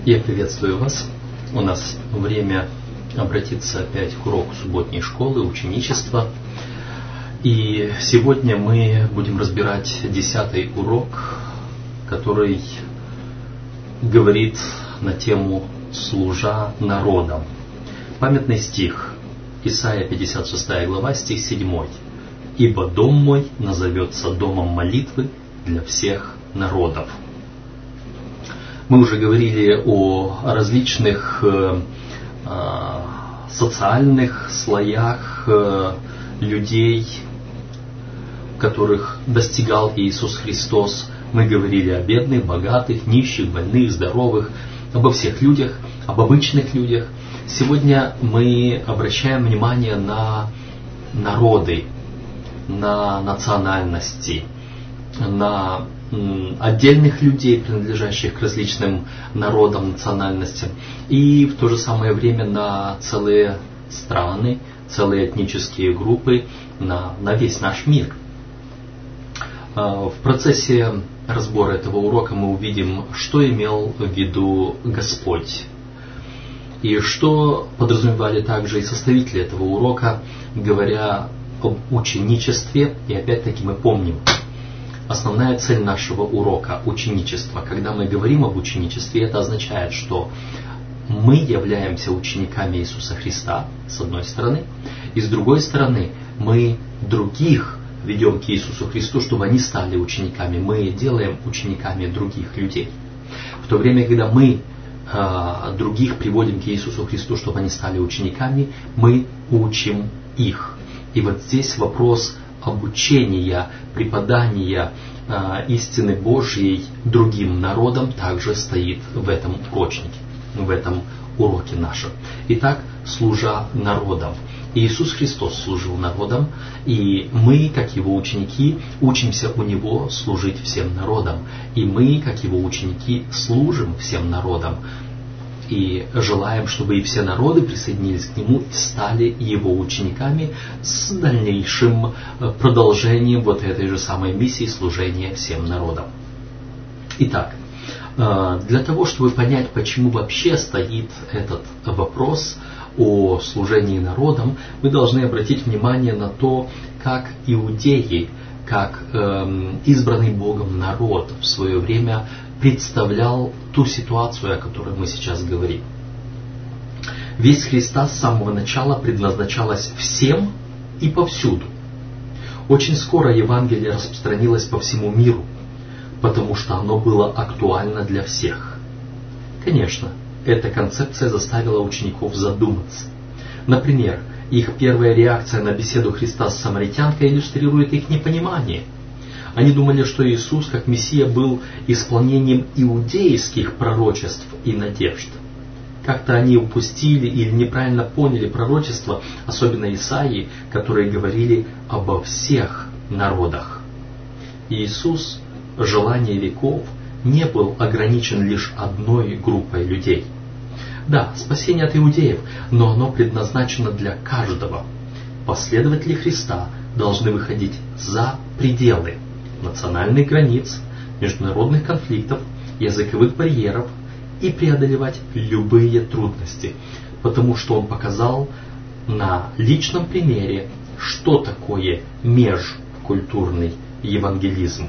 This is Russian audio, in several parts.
Я приветствую вас. У нас время обратиться опять к уроку субботней школы, ученичества. И сегодня мы будем разбирать 10-й урок, который говорит на тему «Служа народам». Памятный стих, Исайя 56 глава, стих 7. «Ибо дом мой назовется домом молитвы для всех народов». Мы уже говорили о различных социальных слоях людей, которых достигал Иисус Христос. Мы говорили о бедных, богатых, нищих, больных, здоровых, обо всех людях, об обычных людях. Сегодня мы обращаем внимание на народы, на национальности, на отдельных людей, принадлежащих к различным народам, национальностям, и в то же самое время на целые страны, целые этнические группы, на весь наш мир. В процессе разбора этого урока мы увидим, что имел в виду Господь, и что подразумевали также и составители этого урока, говоря об ученичестве. И опять-таки мы помним, основная цель нашего урока – ученичество. Когда мы говорим об ученичестве, это означает, что мы являемся учениками Иисуса Христа, с одной стороны, и с другой стороны, мы других ведем к Иисусу Христу, чтобы они стали учениками. Мы делаем учениками других людей. В то время, когда мы других приводим к Иисусу Христу, чтобы они стали учениками, мы учим их. И вот здесь вопрос обучения, преподания истины Божьей другим народам также стоит в этом урочнике, в этом уроке нашем. Итак, служа народам. Иисус Христос служил народам, и мы, как Его ученики, учимся у Него служить всем народам. И мы, как Его ученики, служим всем народам. И желаем, чтобы и все народы присоединились к Нему и стали Его учениками с дальнейшим продолжением вот этой же самой миссии служения всем народам. Итак, для того, чтобы понять, почему вообще стоит этот вопрос о служении народам, мы должны обратить внимание на то, как иудеи, как избранный Богом народ в свое время представлял ту ситуацию, о которой мы сейчас говорим. Весть Христа с самого начала предназначалась всем и повсюду. Очень скоро Евангелие распространилось по всему миру, потому что оно было актуально для всех. Конечно, эта концепция заставила учеников задуматься. Например, их первая реакция на беседу Христа с самаритянкой иллюстрирует их непонимание. Они думали, что Иисус, как Мессия, был исполнением иудейских пророчеств и надежд. Как-то они упустили или неправильно поняли пророчества, особенно Исаии, которые говорили обо всех народах. Иисус, желание веков, не был ограничен лишь одной группой людей. Да, спасение от иудеев, но оно предназначено для каждого. Последователи Христа должны выходить за пределы национальных границ, международных конфликтов, языковых барьеров и преодолевать любые трудности, потому что Он показал на личном примере, что такое межкультурный евангелизм.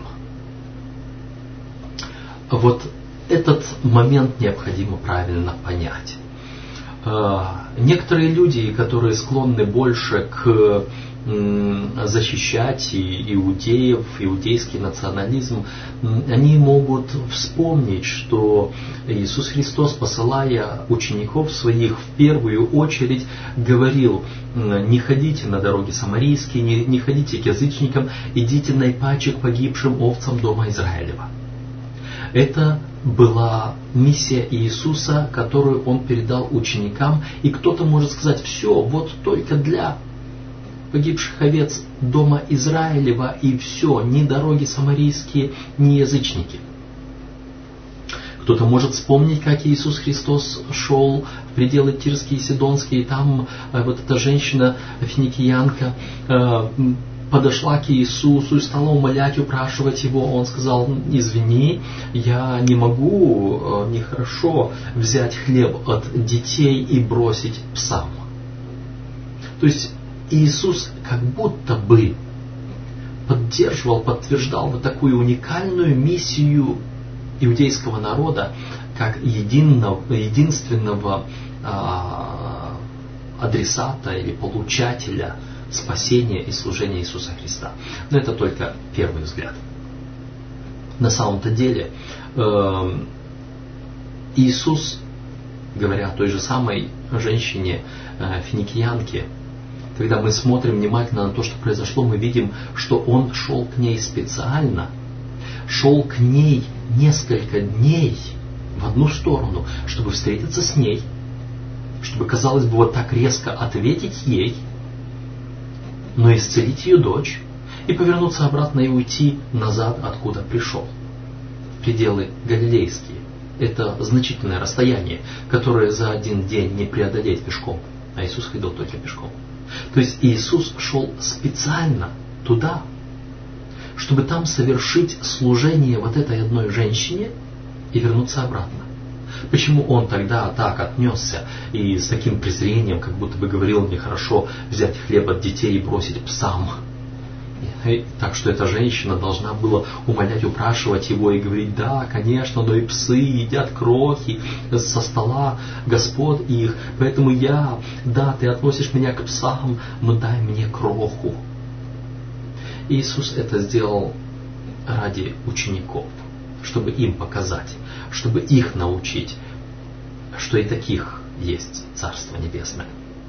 Вот этот момент необходимо правильно понять. Некоторые люди, которые склонны больше к защищать иудеев, иудейский национализм, они могут вспомнить, что Иисус Христос, посылая учеников своих, в первую очередь говорил: не ходите на дороги самарийские, не ходите к язычникам, идите наипаче к погибшим овцам дома Израилева. Это была миссия Иисуса, которую Он передал ученикам, и кто-то может сказать: все, вот только для погибших овец дома Израилева, и все, ни дороги самарийские, ни язычники. Кто-то может вспомнить, как Иисус Христос шел в пределы Тирские и Сидонские, и там вот эта женщина, финикиянка, подошла к Иисусу и стала умолять, упрашивать Его. Он сказал: извини, я не могу, нехорошо взять хлеб от детей и бросить псам. То есть Иисус как будто бы поддерживал, подтверждал вот такую уникальную миссию иудейского народа, как единственного адресата или получателя спасения и служения Иисуса Христа. Но это только первый взгляд. На самом-то деле Иисус, говоря о той же самой женщине финикиянке, когда мы смотрим внимательно на то, что произошло, мы видим, что Он шел к ней специально, шел к ней несколько дней в одну сторону, чтобы встретиться с ней, чтобы, казалось бы, вот так резко ответить ей, но исцелить ее дочь и повернуться обратно и уйти назад, откуда пришел. Пределы галилейские. Это значительное расстояние, которое за один день не преодолеть пешком, а Иисус ходил только пешком. То есть Иисус шел специально туда, чтобы там совершить служение вот этой одной женщине и вернуться обратно. Почему Он тогда так отнесся и с таким презрением, как будто бы говорил: нехорошо взять хлеб от детей и бросить псам? И так что эта женщина должна была умолять, упрашивать Его и говорить: да, конечно, но и псы едят крохи со стола господ их, поэтому ты относишь меня к псам, но дай мне кроху. Иисус это сделал ради учеников, чтобы им показать, чтобы их научить, что и таких есть Царство Небесное.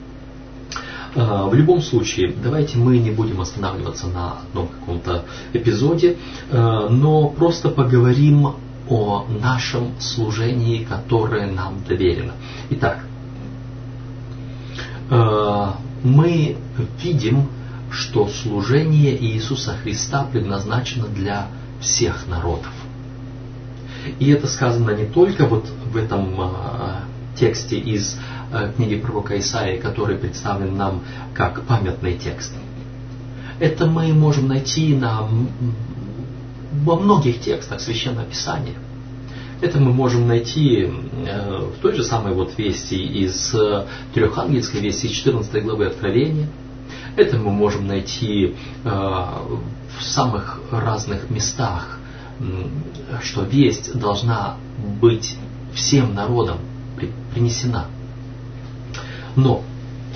В любом случае, давайте мы не будем останавливаться на одном каком-то эпизоде, но просто поговорим о нашем служении, которое нам доверено. Итак, мы видим, что служение Иисуса Христа предназначено для всех народов. И это сказано не только вот в этом тексте из книги пророка Исаии, который представлен нам как памятный текст. Это мы можем найти во многих текстах Священного Писания. Это мы можем найти в той же самой вот вести из трехангельской вести 14 главы Откровения. Это мы можем найти в самых разных местах, что весть должна быть всем народам принесена. Но,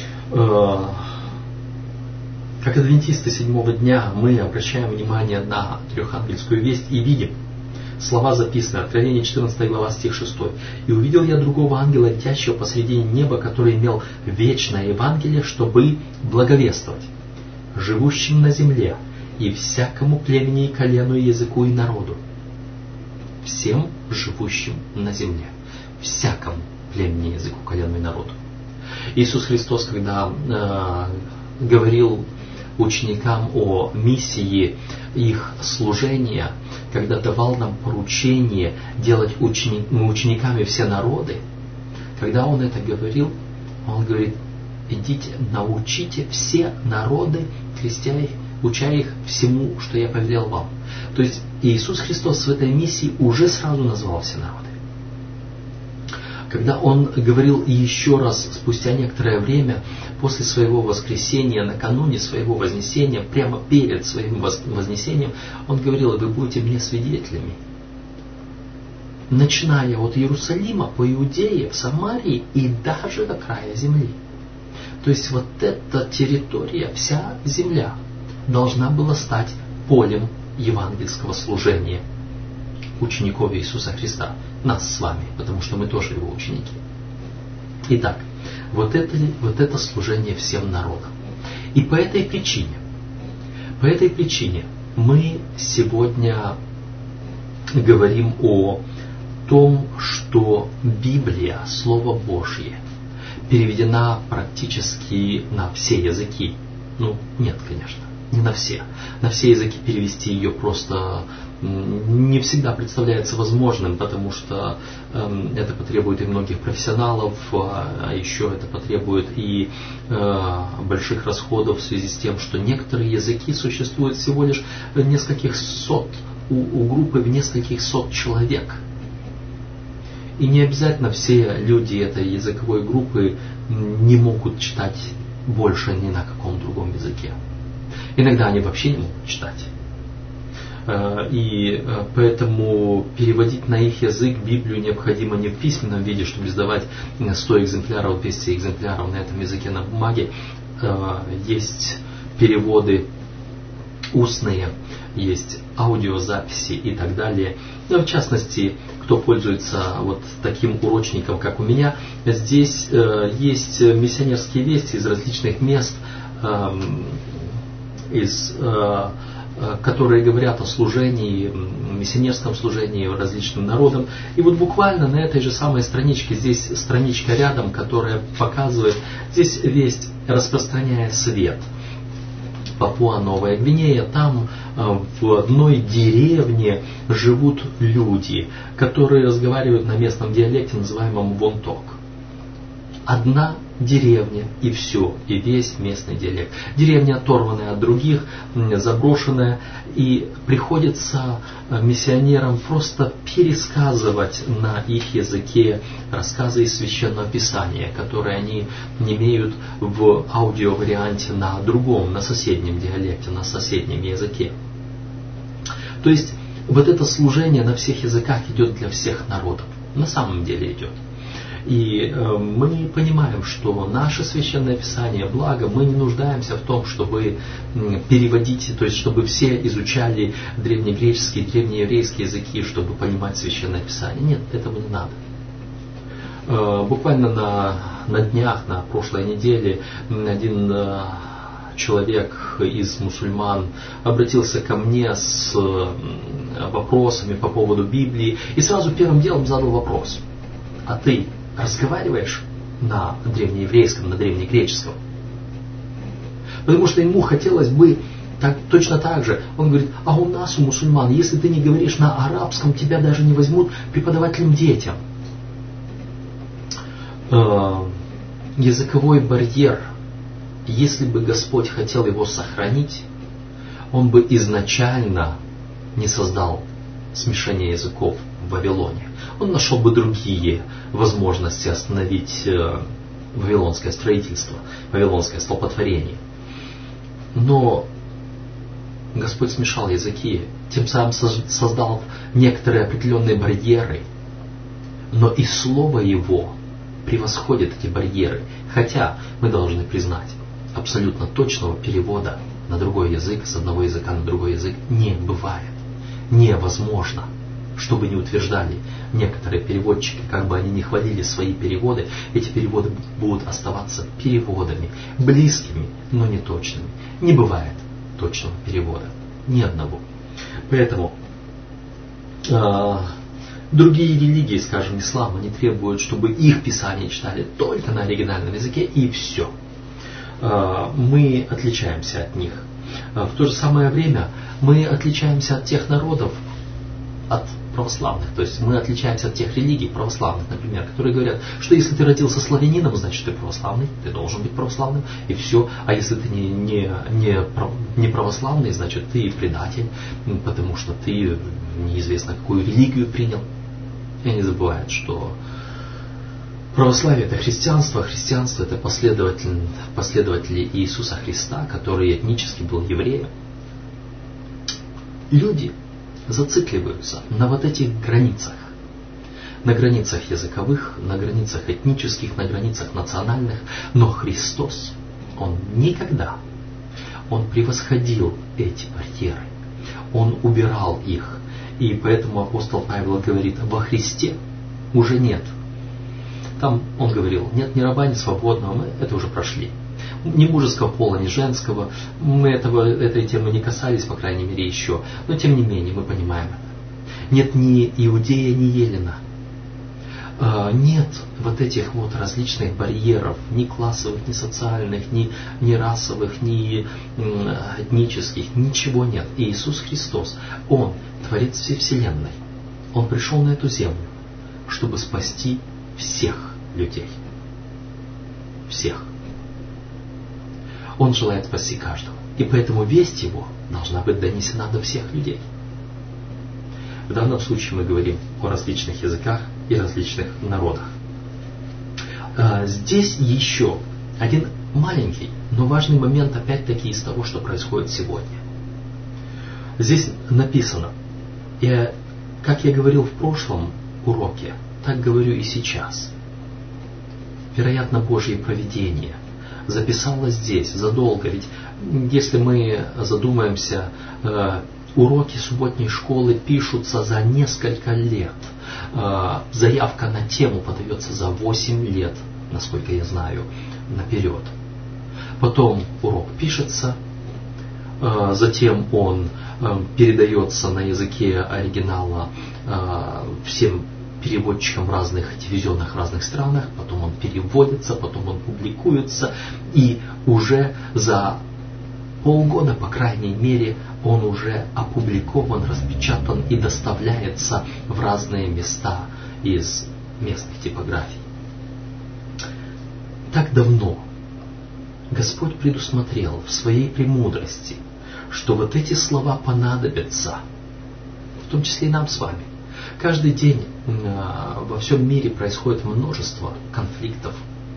как адвентисты седьмого дня, мы обращаем внимание на трехангельскую весть и видим слова записаны. Откровение 14 глава, стих 6. «И увидел я другого ангела, летящего посредине неба, который имел вечное Евангелие, чтобы благовествовать живущим на земле и всякому племени и колену и языку и народу». Всем живущим на земле. Всякому племени, языку, колену и народу. Иисус Христос, когда говорил ученикам о миссии их служения, когда давал нам поручение делать учениками все народы, когда Он это говорил, Он говорит: идите, научите все народы, крестя их, уча их всему, что я повелел вам. То есть Иисус Христос в этой миссии уже сразу назвал все народы. Когда Он говорил еще раз, спустя некоторое время, после своего воскресения, накануне своего вознесения, прямо перед своим вознесением, Он говорил: вы будете мне свидетелями. Начиная от Иерусалима, по Иудее, в Самарии и даже до края земли. То есть вот эта территория, вся земля, должна была стать полем евангельского служения учеников Иисуса Христа, нас с вами, потому что мы тоже Его ученики. Итак, вот это служение всем народам. И по этой причине мы сегодня говорим о том, что Библия, Слово Божье, переведена практически на все языки. Ну, нет, конечно. не на все. На все языки перевести ее просто не всегда представляется возможным, потому что это потребует и многих профессионалов, а еще это потребует и больших расходов в связи с тем, что некоторые языки существуют всего лишь в нескольких сот, у группы в нескольких сот человек. И не обязательно все люди этой языковой группы не могут читать больше ни на каком другом языке. Иногда они вообще не могут читать. И поэтому переводить на их язык Библию необходимо не в письменном виде, чтобы издавать 100 экземпляров, 200 экземпляров на этом языке на бумаге. Есть переводы устные, есть аудиозаписи и так далее. Но в частности, кто пользуется вот таким урочником, как у меня, здесь есть миссионерские вести из различных мест, которые говорят о служении, миссионерском служении различным народам. И вот буквально на этой же самой страничке, здесь страничка рядом, которая показывает, здесь весть «Распространяя свет». Папуа-Новая Гвинея, там в одной деревне живут люди, которые разговаривают на местном диалекте, называемом вонток. Одна деревня и все, и весь местный диалект. Деревня оторванная от других, заброшенная, и приходится миссионерам просто пересказывать на их языке рассказы из Священного Писания, которые они не имеют в аудиоварианте на другом, на соседнем диалекте, на соседнем языке. То есть вот это служение на всех языках идет для всех народов. На самом деле идет. И мы понимаем, что наше Священное Писание, благо, мы не нуждаемся в том, чтобы переводить, то есть чтобы все изучали древнегреческие, древнееврейские языки, чтобы понимать Священное Писание. Нет, этого не надо. Буквально на днях, на прошлой неделе, один человек из мусульман обратился ко мне с вопросами по поводу Библии и сразу первым делом задал вопрос: а ты разговариваешь на древнееврейском, на древнегреческом? Потому что ему хотелось бы точно так же. Он говорит: а у нас, у мусульман, если ты не говоришь на арабском, тебя даже не возьмут преподавателем детям. Языковой барьер, если бы Господь хотел его сохранить, Он бы изначально не создал смешение языков в Вавилоне. Он нашел бы другие возможности остановить вавилонское строительство, вавилонское столпотворение. Но Господь смешал языки, тем самым создал некоторые определенные барьеры, но и Слово Его превосходит эти барьеры. Хотя мы должны признать, абсолютно точного перевода на другой язык, с одного языка на другой язык не бывает. Невозможно. Что бы ни утверждали некоторые переводчики, как бы они ни хвалили свои переводы, эти переводы будут оставаться переводами, близкими, но не точными. Не бывает точного перевода. Ни одного. Поэтому другие религии, скажем, ислам, они требуют, чтобы их писания читали только на оригинальном языке, и все. Мы отличаемся от них. В то же самое время мы отличаемся от тех народов, от православных. То есть мы отличаемся от тех религий православных, например, которые говорят, что если ты родился славянином, значит ты православный, ты должен быть православным, и все. А если ты не православный, значит ты предатель, потому что ты неизвестно какую религию принял. И они забывают, что православие это христианство, а христианство это последователи Иисуса Христа, который этнически был евреем. Люди зацикливаются на вот этих границах. На границах языковых, на границах этнических, на границах национальных. Но Христос, Он никогда, Он превосходил эти барьеры. Он убирал их. И поэтому апостол Павел говорит, во Христе уже нет. Там он говорил, нет ни раба, ни свободного, мы это уже прошли. Ни мужеского пола, ни женского. Мы этой темы не касались, по крайней мере, еще. Но тем не менее, мы понимаем это. Нет ни иудея, ни еллина. нет вот этих вот различных барьеров, ни классовых, ни социальных, ни расовых, ни этнических, ничего нет. И Иисус Христос, Он Творец всей Вселенной. Он пришел на эту землю, чтобы спасти всех людей. Всех. Он желает спасти каждого. И поэтому весть Его должна быть донесена до всех людей. В данном случае мы говорим о различных языках и различных народах. Здесь еще один маленький, но важный момент опять-таки из того, что происходит сегодня. Здесь написано, как я говорил в прошлом уроке, так говорю и сейчас. Вероятно, Божье провидение записало здесь задолго. Ведь если мы задумаемся, уроки субботней школы пишутся за несколько лет. Заявка на тему подается за 8 лет, насколько я знаю, наперед. Потом урок пишется, затем он передается на языке оригинала всем переводчикам в разных телевизионных разных странах, потом он переводится, потом он публикуется, и уже за полгода, по крайней мере, он уже опубликован, распечатан и доставляется в разные места из местных типографий. Так давно Господь предусмотрел в своей премудрости, что вот эти слова понадобятся, в том числе и нам с вами. Каждый день во всем мире происходит множество конфликтов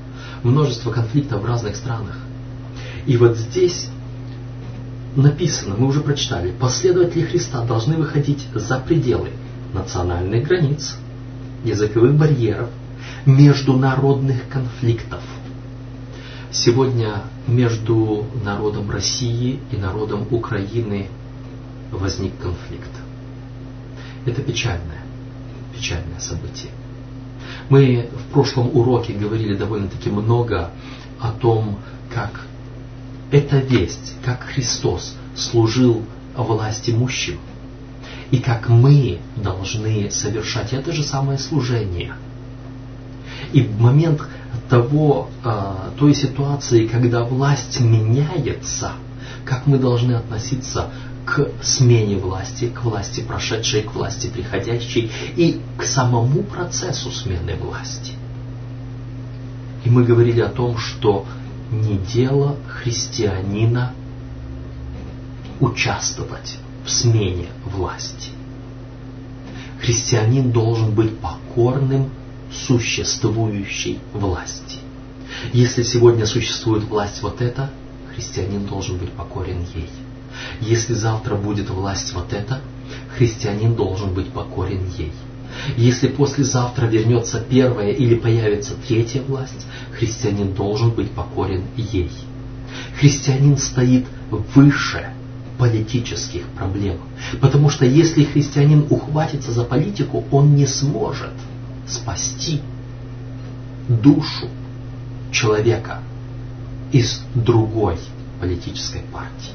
в разных странах. И вот здесь написано, мы уже прочитали, последователи Христа должны выходить за пределы национальных границ, языковых барьеров, международных конфликтов. Сегодня между народом России и народом Украины возник конфликт. Это печальное событие. Мы в прошлом уроке говорили довольно-таки много о том, как эта весть, как Христос служил власть имущим, и как мы должны совершать это же самое служение. И в момент той ситуации, когда власть меняется, как мы должны относиться к смене власти, к власти прошедшей, к власти приходящей и к самому процессу смены власти. И мы говорили о том, что не дело христианина участвовать в смене власти. Христианин должен быть покорным существующей власти. Если сегодня существует власть вот эта, христианин должен быть покорен ей. Если завтра будет власть вот эта, христианин должен быть покорен ей. Если послезавтра вернется первая или появится третья власть, христианин должен быть покорен ей. Христианин стоит выше политических проблем. Потому что если христианин ухватится за политику, он не сможет спасти душу человека из другой политической партии.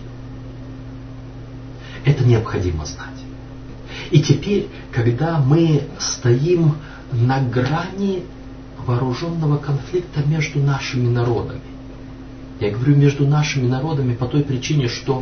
Это необходимо знать. И теперь, когда мы стоим на грани вооруженного конфликта между нашими народами, я говорю между нашими народами по той причине, что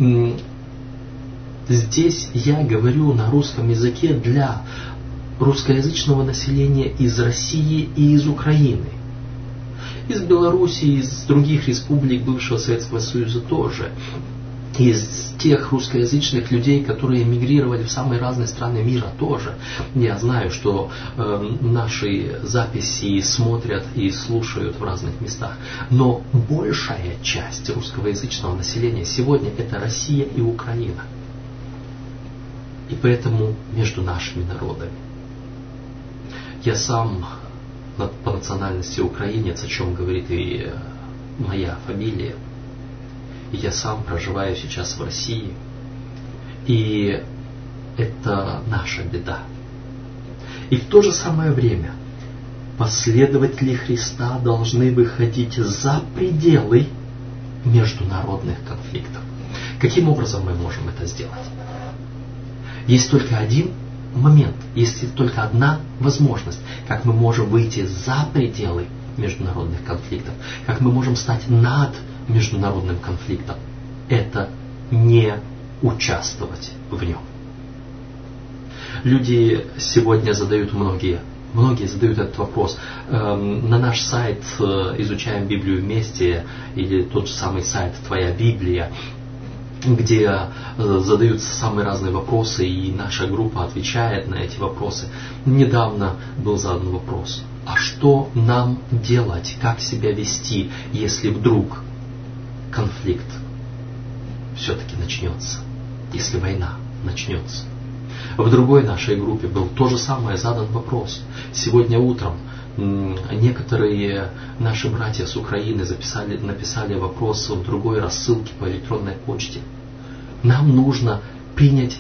здесь я говорю на русском языке для русскоязычного населения из России и из Украины. Из Белоруссии, из других республик бывшего Советского Союза тоже. Из тех русскоязычных людей, которые эмигрировали в самые разные страны мира тоже. Я знаю, что наши записи смотрят и слушают в разных местах. Но большая часть русскоязычного населения сегодня это Россия и Украина. И поэтому между нашими народами. Я сам по национальности украинец, о чем говорит и моя фамилия. И я сам проживаю сейчас в России. И это наша беда. И в то же самое время последователи Христа должны выходить за пределы международных конфликтов. Каким образом мы можем это сделать? Есть только один момент, есть только одна возможность, как мы можем выйти за пределы международных конфликтов, как мы можем стать над международным конфликтом. Это не участвовать в нем. Люди сегодня задают многие задают этот вопрос. На наш сайт «Изучаем Библию вместе» или тот же самый сайт «Твоя Библия», где задаются самые разные вопросы, и наша группа отвечает на эти вопросы. Недавно был задан вопрос: а что нам делать, как себя вести, если вдруг конфликт все-таки начнется, если война начнется? В другой нашей группе был то же самое задан вопрос. Сегодня утром некоторые наши братья с Украины написали вопрос в другой рассылке по электронной почте. Нам нужно принять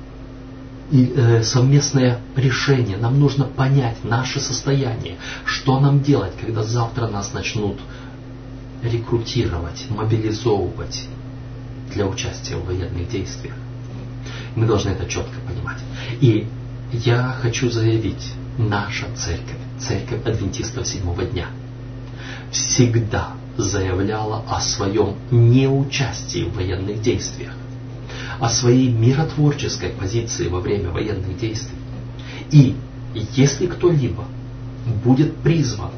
совместное решение, нам нужно понять наше состояние, что нам делать, когда завтра нас начнут рекрутировать, мобилизовывать для участия в военных действиях. Мы должны это четко понимать. И я хочу заявить, наша церковь, церковь адвентистов седьмого дня, всегда заявляла о своем неучастии в военных действиях, о своей миротворческой позиции во время военных действий. И если кто-либо будет призван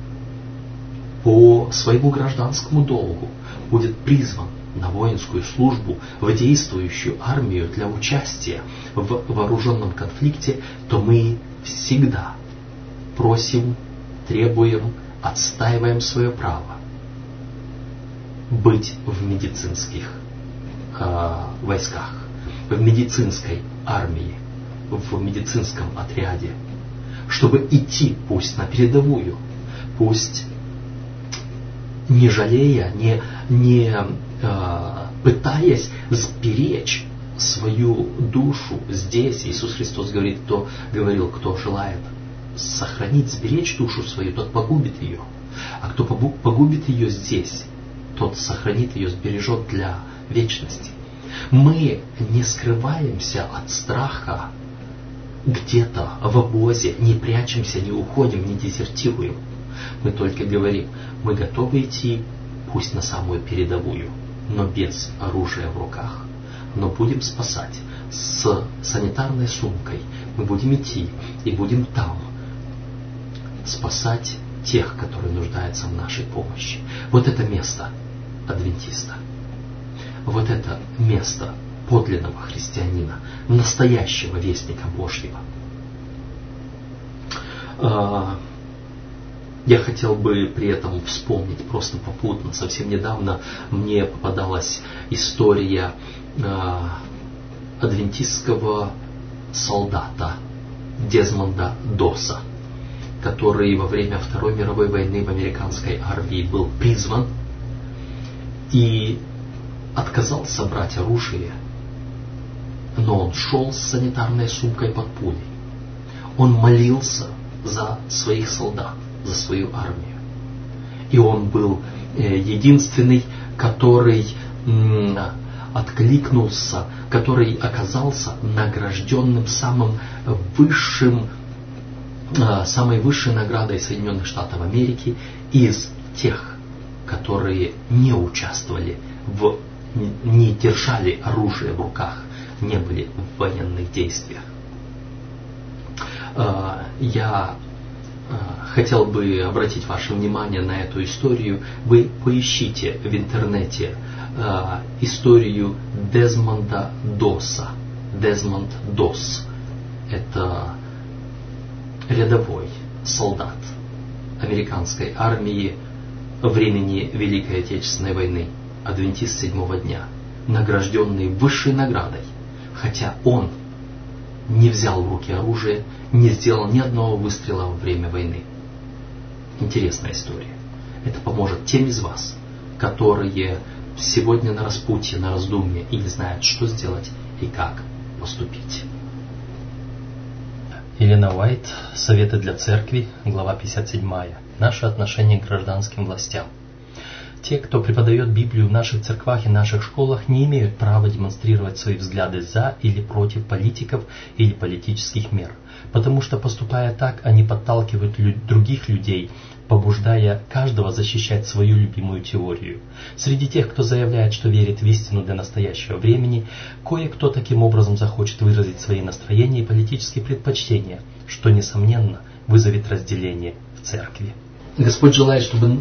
по своему гражданскому долгу, будет призван на воинскую службу, в действующую армию для участия в вооруженном конфликте, то мы всегда просим, требуем, отстаиваем свое право быть в медицинских войсках, в медицинской армии, в медицинском отряде, чтобы идти пусть на передовую, пусть не жалея, не пытаясь сберечь свою душу здесь. Иисус Христос говорил, кто желает сохранить, сберечь душу свою, тот погубит ее. А кто погубит ее здесь, тот сохранит ее, сбережет для вечности. Мы не скрываемся от страха где-то в обозе, не прячемся, не уходим, не дезертируем. Мы только говорим, мы готовы идти, пусть на самую передовую, но без оружия в руках. Но будем спасать с санитарной сумкой. Мы будем идти и будем там спасать тех, которые нуждаются в нашей помощи. Вот это место адвентиста. Вот это место подлинного христианина, настоящего вестника Божьего. Я хотел бы при этом вспомнить просто попутно. Совсем недавно мне попадалась история адвентистского солдата Дезмонда Доса, который во время Второй мировой войны в американской армии был призван и отказался брать оружие, но он шел с санитарной сумкой под пулей. Он молился за своих солдат, за свою армию. И он был единственный, который откликнулся, который оказался награжденным самой высшей наградой Соединенных Штатов Америки из тех, которые не участвовали не держали оружие в руках, не были в военных действиях. Я хотел бы обратить ваше внимание на эту историю. Вы поищите в интернете историю Дезмонда Доса. Дезмонд Дос – это рядовой солдат американской армии времени Великой Отечественной войны, адвентист седьмого дня, награжденный высшей наградой, хотя он не взял в руки оружие, не сделал ни одного выстрела во время войны. Интересная история. Это поможет тем из вас, которые сегодня на распутье, на раздумье и не знают, что сделать и как поступить. Елена Уайт, Советы для церкви, глава 57. Наше отношение к гражданским властям. Те, кто преподает Библию в наших церквах и наших школах, не имеют права демонстрировать свои взгляды за или против политиков или политических мер, потому что, поступая так, они подталкивают других людей, побуждая каждого защищать свою любимую теорию. Среди тех, кто заявляет, что верит в истину для настоящего времени, кое-кто таким образом захочет выразить свои настроения и политические предпочтения, что, несомненно, вызовет разделение в церкви. Господь желает, чтобы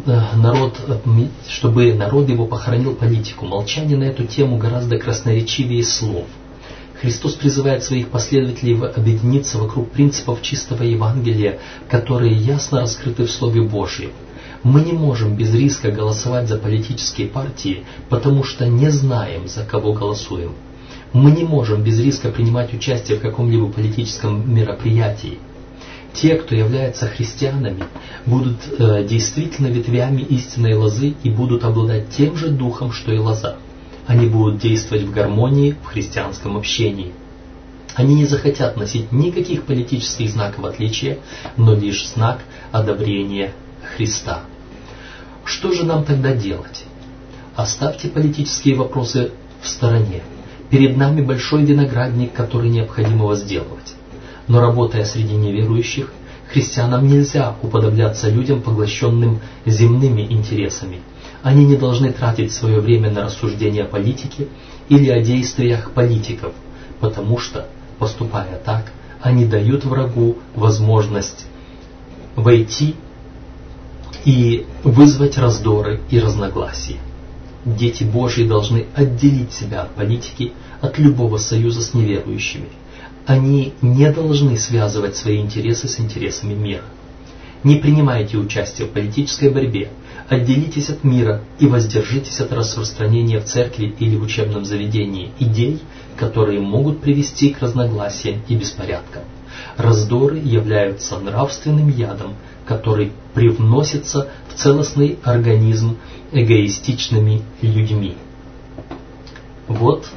народ его похоронил политику. Молчание на эту тему гораздо красноречивее слов. Христос призывает своих последователей объединиться вокруг принципов чистого Евангелия, которые ясно раскрыты в Слове Божьем. Мы не можем без риска голосовать за политические партии, потому что не знаем, за кого голосуем. Мы не можем без риска принимать участие в каком-либо политическом мероприятии. Те, кто являются христианами, будут действительно ветвями истинной лозы и будут обладать тем же духом, что и лоза. Они будут действовать в гармонии в христианском общении. Они не захотят носить никаких политических знаков отличия, но лишь знак одобрения Христа. Что же нам тогда делать? Оставьте политические вопросы в стороне. Перед нами большой виноградник, который необходимо возделывать. Но работая среди неверующих, христианам нельзя уподобляться людям, поглощенным земными интересами. Они не должны тратить свое время на рассуждения о политике или о действиях политиков, потому что, поступая так, они дают врагу возможность войти и вызвать раздоры и разногласия. Дети Божьи должны отделить себя от политики, от любого союза с неверующими. Они не должны связывать свои интересы с интересами мира. Не принимайте участие в политической борьбе, отделитесь от мира и воздержитесь от распространения в церкви или в учебном заведении идей, которые могут привести к разногласиям и беспорядкам. Раздоры являются нравственным ядом, который привносится в целостный организм эгоистичными людьми. Вот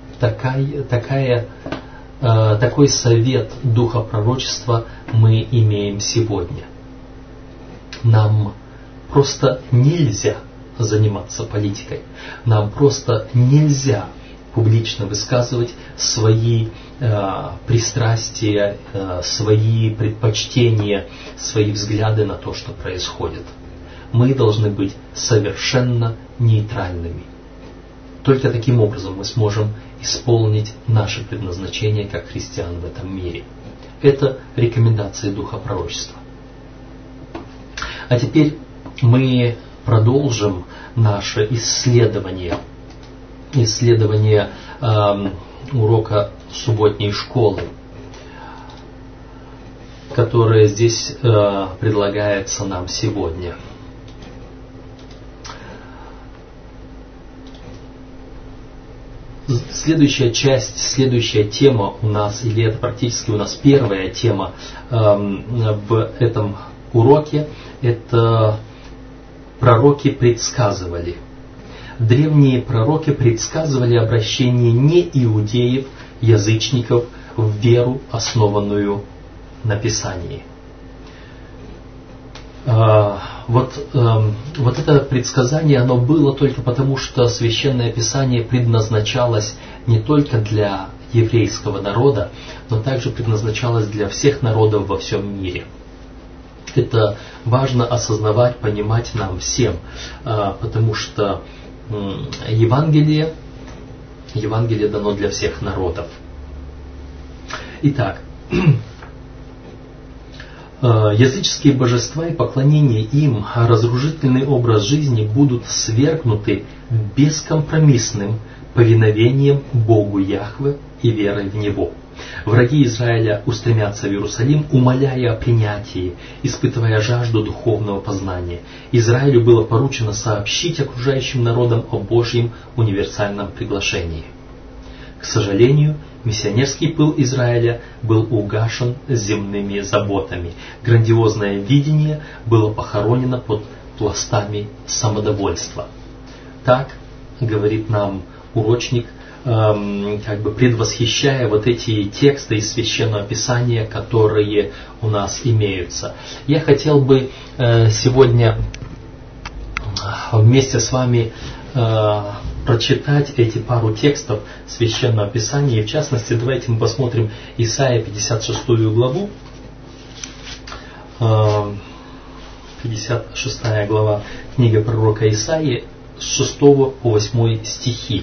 такой совет духа пророчества мы имеем сегодня. Нам просто нельзя заниматься политикой. Нам просто нельзя публично высказывать свои пристрастия, свои предпочтения, свои взгляды на то, что происходит. Мы должны быть совершенно нейтральными. Только таким образом мы сможем исполнить наше предназначение как христиан в этом мире. Это рекомендации духа пророчества. А теперь мы продолжим наше исследование урока субботней школы, которое здесь предлагается нам сегодня. Следующая тема у нас, или это практически у нас первая тема в этом уроке, это пророки предсказывали. Древние пророки предсказывали обращение неиудеев, язычников в веру, основанную на Писании. Вот это предсказание, оно было только потому, что Священное Писание предназначалось не только для еврейского народа, но также предназначалось для всех народов во всем мире. Это важно осознавать, понимать нам всем, потому что Евангелие дано для всех народов. Итак, языческие божества и поклонение им, разрушительный образ жизни будут свергнуты бескомпромиссным повиновением Богу Яхве и верой в Него. Враги Израиля устремятся в Иерусалим, умоляя о принятии, испытывая жажду духовного познания. Израилю было поручено сообщить окружающим народам о Божьем универсальном приглашении. К сожалению, миссионерский пыл Израиля был угашен земными заботами. Грандиозное видение было похоронено под пластами самодовольства. Так говорит нам урочник, предвосхищая вот эти тексты из Священного Писания, которые у нас имеются. Я хотел бы сегодня вместе с вами прочитать эти пару текстов Священного Писания. И в частности, давайте мы посмотрим Исаия 56 главу. 56 глава книга пророка Исаии с 6 по 8 стихи.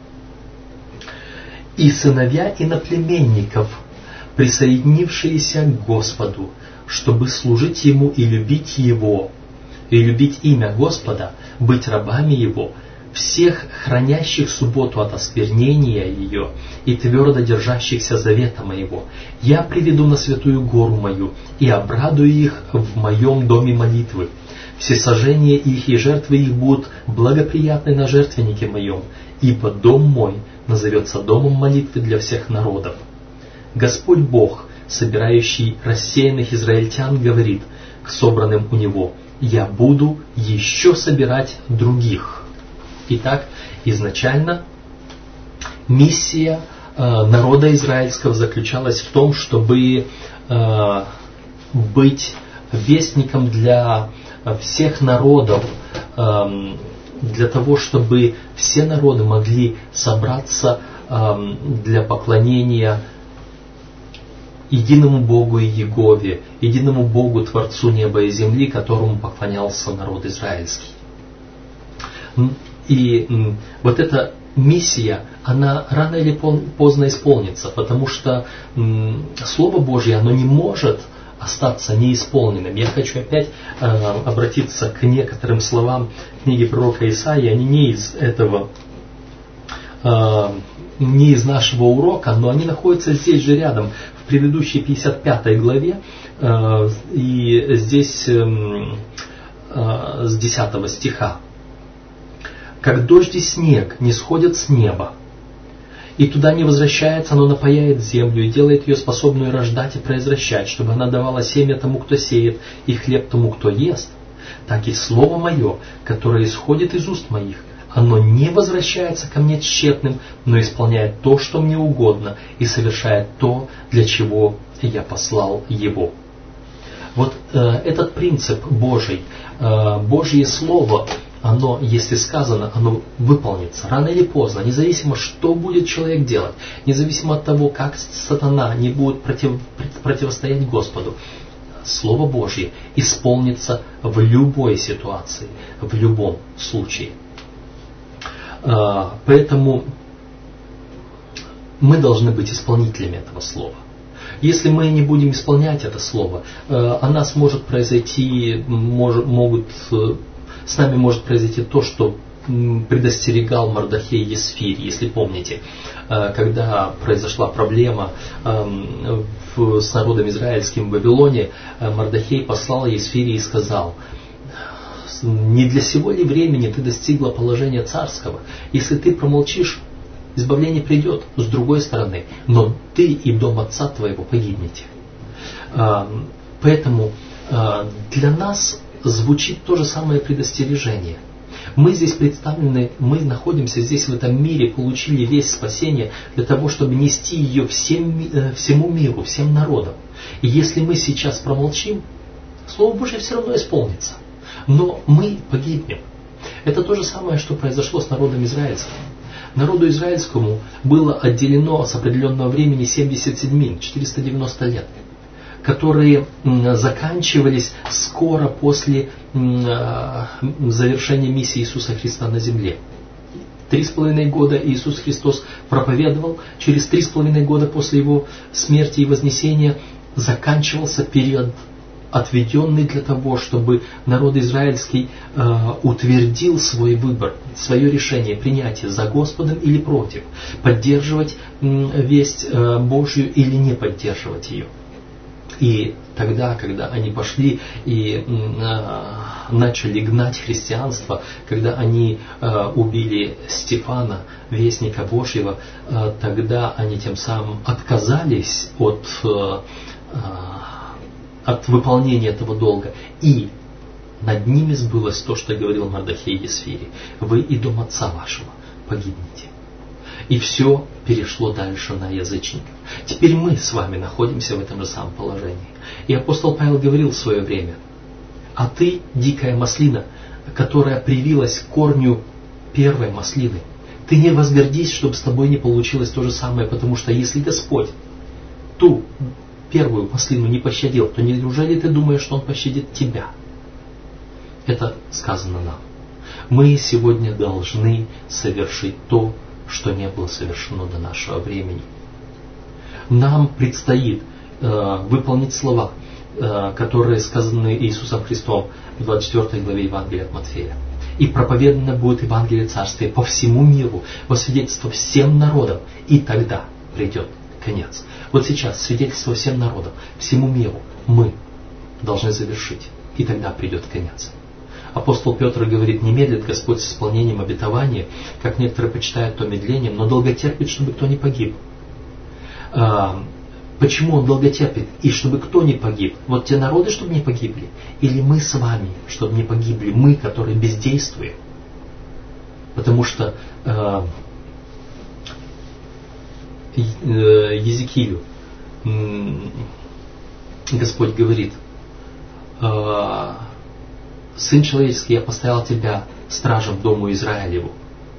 «И сыновья иноплеменников, присоединившиеся к Господу, чтобы служить Ему и любить Его, и любить имя Господа, быть рабами Его, всех хранящих субботу от осквернения ее и твердо держащихся завета моего, я приведу на святую гору мою и обрадую их в моем доме молитвы. Всесожжения их и жертвы их будут благоприятны на жертвеннике моем, ибо дом мой назовется домом молитвы для всех народов. Господь Бог, собирающий рассеянных израильтян, говорит к собранным у Него: я буду еще собирать других». Итак, изначально миссия народа израильского заключалась в том, чтобы быть вестником для всех народов, для того, чтобы все народы могли собраться для поклонения единому Богу Иегове, единому Богу, Творцу неба и земли, которому поклонялся народ израильский. И вот эта миссия, она рано или поздно исполнится, потому что Слово Божье, оно не может остаться неисполненным. Я хочу опять обратиться к некоторым словам книги пророка Исаии. Они не из этого, не из нашего урока, но они находятся здесь же рядом, в предыдущей 55 главе, и здесь с 10 стиха. «Как дождь и снег не сходят с неба, и туда не возвращается, но напояет землю и делает ее способную рождать и произвращать, чтобы она давала семя тому, кто сеет, и хлеб тому, кто ест, так и слово мое, которое исходит из уст моих, оно не возвращается ко мне тщетным, но исполняет то, что мне угодно, и совершает то, для чего я послал его». Вот этот принцип Божий, Божье Слово, оно, если сказано, оно выполнится рано или поздно, независимо, что будет человек делать, независимо от того, как сатана не будет противостоять Господу. Слово Божье исполнится в любой ситуации, в любом случае. Поэтому мы должны быть исполнителями этого слова. Если мы не будем исполнять это слово, о нас может произойти, с нами может произойти то, что предостерегал Мардохей Есфирь, если помните, когда произошла проблема с народом израильским в Вавилоне, Мардохей послал Есфире и сказал: «Не для сего ли времени ты достигла положения царского? Если ты промолчишь, избавление придет с другой стороны, но ты и дом отца твоего погибнете». Поэтому для нас звучит то же самое предостережение. Мы здесь представлены, мы находимся здесь в этом мире, получили весть спасения для того, чтобы нести ее всему миру, всем народам. И если мы сейчас промолчим, Слово Божье все равно исполнится. Но мы погибнем. Это то же самое, что произошло с народом израильским. Народу израильскому было отделено с определенного времени 70 седмин, 490 лет, которые заканчивались скоро после завершения миссии Иисуса Христа на земле. 3,5 года Иисус Христос проповедовал, через 3,5 года после Его смерти и вознесения заканчивался период, отведенный для того, чтобы народ израильский утвердил свой выбор, свое решение, принятие за Господом или против, поддерживать весть Божью или не поддерживать ее. И тогда, когда они пошли и начали гнать христианство, когда они убили Стефана, вестника Божьего, тогда они тем самым отказались от выполнения этого долга. И над ними сбылось то, что говорил Мардохей Есфире: «Вы и дом отца вашего погибнете». И все перешло дальше на язычников. Теперь мы с вами находимся в этом же самом положении. И апостол Павел говорил в свое время: «А ты, дикая маслина, которая привилась к корню первой маслины. Ты не возгордись, чтобы с тобой не получилось то же самое, потому что если Господь ту первую маслину не пощадил, то неужели ты думаешь, что Он пощадит тебя? Это сказано нам. Мы сегодня должны совершить то, что не было совершено до нашего времени. Нам предстоит выполнить слова, которые сказаны Иисусом Христом в 24 главе Евангелия от Матфея. И проповедано будет Евангелие Царствия по всему миру, во свидетельство всем народам, и тогда придет конец. Вот сейчас свидетельство всем народам, всему миру мы должны завершить, и тогда придет конец. Апостол Петр говорит: не медлит Господь с исполнением обетования, как некоторые почитают то медлением, но долготерпит, чтобы кто не погиб. Почему Он долготерпит? И чтобы кто не погиб? Вот те народы, чтобы не погибли? Или мы с вами, чтобы не погибли? Мы, которые бездействуем. Потому что Езекиилю Господь говорит: Сын человеческий, я поставил тебя стражем дому Израилеву.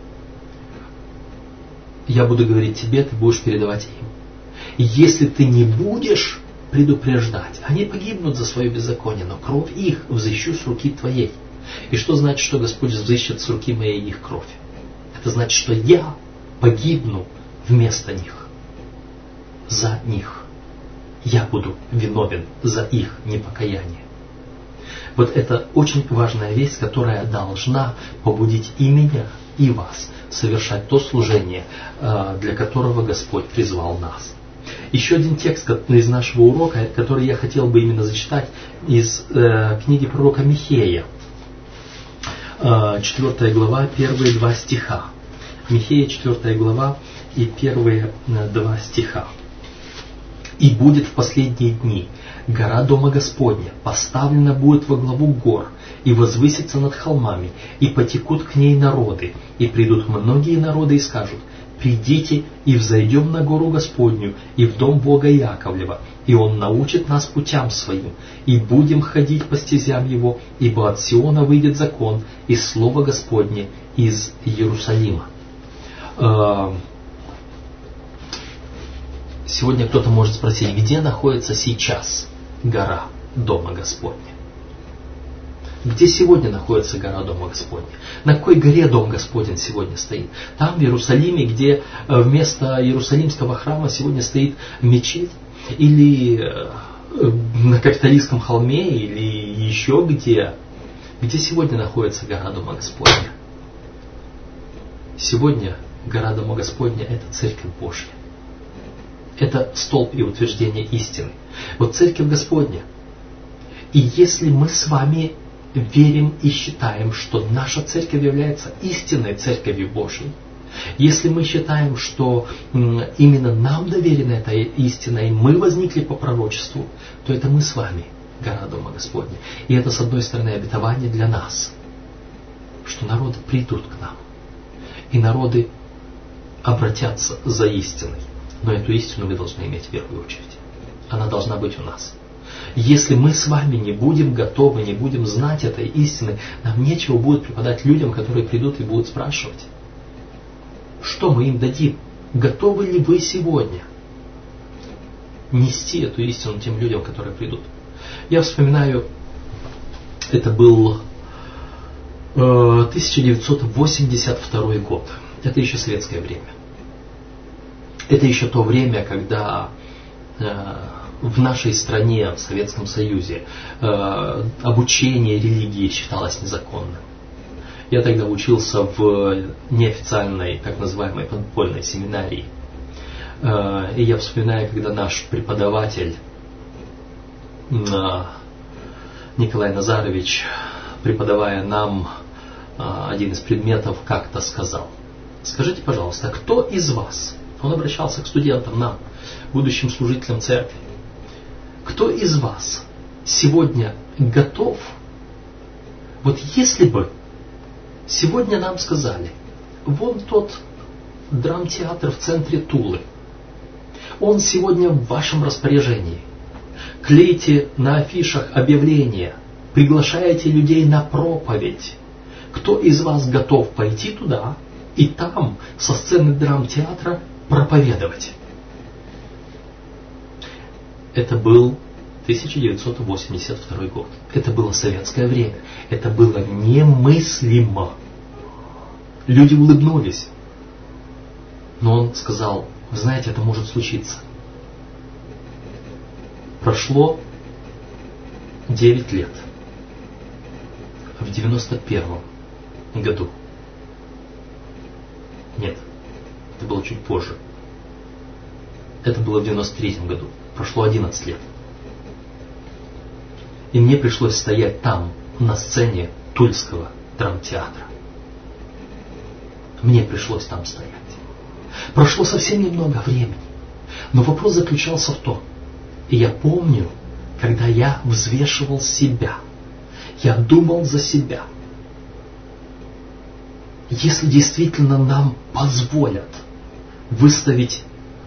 Я буду говорить тебе, ты будешь передавать им. Если ты не будешь предупреждать, они погибнут за свое беззаконие, но кровь их взыщу с руки твоей. И что значит, что Господь взыщет с руки моей их кровь? Это значит, что я погибну вместо них, за них. Я буду виновен за их непокаяние. Вот это очень важная весть, которая должна побудить и меня, и вас совершать то служение, для которого Господь призвал нас. Еще один текст из нашего урока, который я хотел бы именно зачитать из книги пророка Михея. 4 глава, первые 2 стиха. Михея, 4 глава и первые 2 стиха. «И будет в последние дни гора Дома Господня поставлена будет во главу гор, и возвысится над холмами, и потекут к ней народы, и придут многие народы и скажут: придите и взойдем на гору Господню и в дом Бога Яковлева, и Он научит нас путям Своим, и будем ходить по стезям Его, ибо от Сиона выйдет закон, и слово Господне из Иерусалима». Сегодня кто-то может спросить, где находится сейчас гора Дома Господня? Где сегодня находится гора Дома Господня? На какой горе Дом Господень сегодня стоит? Там, в Иерусалиме, где вместо Иерусалимского храма сегодня стоит мечеть? Или на Капитолийском холме? Или еще где? Где сегодня находится гора Дома Господня? Сегодня гора Дома Господня – это Церковь Божья. Это столб и утверждение истины. Вот Церковь Господня. И если мы с вами верим и считаем, что наша церковь является истинной Церковью Божьей, если мы считаем, что именно нам доверена эта истина, и мы возникли по пророчеству, то это мы с вами, гора Дома Господня. И это, с одной стороны, обетование для нас, что народы придут к нам, и народы обратятся за истиной. Но эту истину мы должны иметь в первую очередь. Она должна быть у нас. Если мы с вами не будем готовы, не будем знать этой истины, нам нечего будет преподать людям, которые придут и будут спрашивать. Что мы им дадим? Готовы ли вы сегодня нести эту истину тем людям, которые придут? Я вспоминаю, это был 1982 год. Это еще советское время. Это еще то время, когда в нашей стране, в Советском Союзе, обучение религии считалось незаконным. Я тогда учился в неофициальной, так называемой подпольной семинарии. И я вспоминаю, когда наш преподаватель Николай Назарович, преподавая нам один из предметов, как-то сказал: скажите, пожалуйста, кто из вас, он обращался к студентам, нам, будущим служителям церкви, кто из вас сегодня готов, вот если бы сегодня нам сказали: вон тот драмтеатр в центре Тулы, он сегодня в вашем распоряжении, клейте на афишах объявления, приглашаете людей на проповедь, кто из вас готов пойти туда и там со сцены драмтеатра проповедовать? Это был 1982 год. Это было советское время. Это было немыслимо. Люди улыбнулись. Но он сказал: вы знаете, это может случиться. Прошло 9 лет. В 91 году. Нет, это было чуть позже. Это было в 93 году. Прошло 11 лет. И мне пришлось стоять там, на сцене Тульского драмтеатра. Мне пришлось там стоять. Прошло совсем немного времени. Но вопрос заключался в том, и я помню, когда я взвешивал себя, я думал за себя. Если действительно нам позволят выставить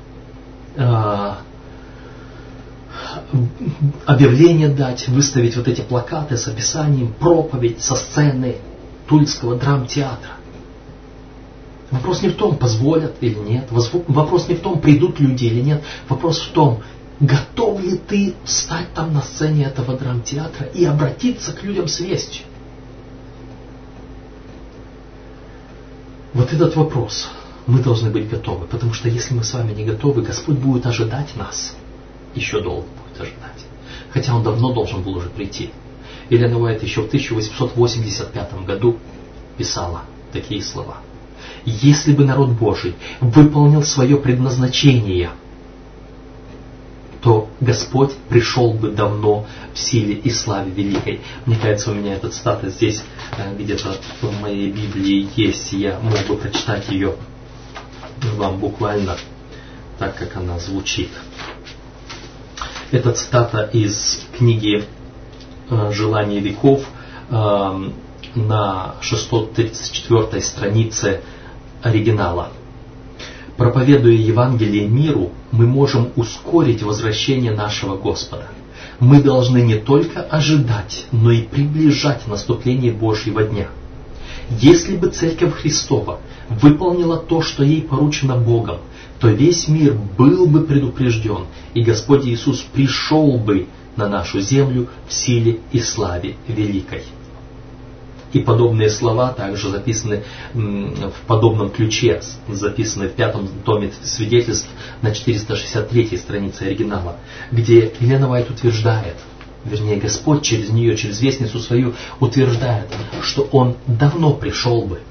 объявление дать, выставить вот эти плакаты с описанием, проповедь со сцены Тульского драмтеатра. Вопрос не в том, позволят или нет. Вопрос не в том, придут люди или нет. Вопрос в том, готов ли ты встать там на сцене этого драмтеатра и обратиться к людям с вестью. Вот этот вопрос мы должны быть готовы. Потому что если мы с вами не готовы, Господь будет ожидать нас. Еще долго будет ожидать. Хотя Он давно должен был уже прийти. Елена Уайт еще в 1885 году писала такие слова. Если бы народ Божий выполнил свое предназначение, то Господь пришел бы давно в силе и славе великой. Мне кажется, у меня эта цитата здесь где-то в моей Библии есть. Я мог бы прочитать ее вам буквально так, как она звучит. Это цитата из книги «Желание веков» на 634 странице оригинала. Проповедуя Евангелие миру, мы можем ускорить возвращение нашего Господа. Мы должны не только ожидать, но и приближать наступление Божьего дня. Если бы Церковь Христова выполнила то, что ей поручено Богом, то весь мир был бы предупрежден, и Господь Иисус пришел бы на нашу землю в силе и славе великой. И подобные слова также записаны в подобном ключе, записаны в 5 томе свидетельств на 463 странице оригинала, где Елена Уайт утверждает, вернее Господь через нее, через вестницу свою утверждает, что Он давно пришел бы.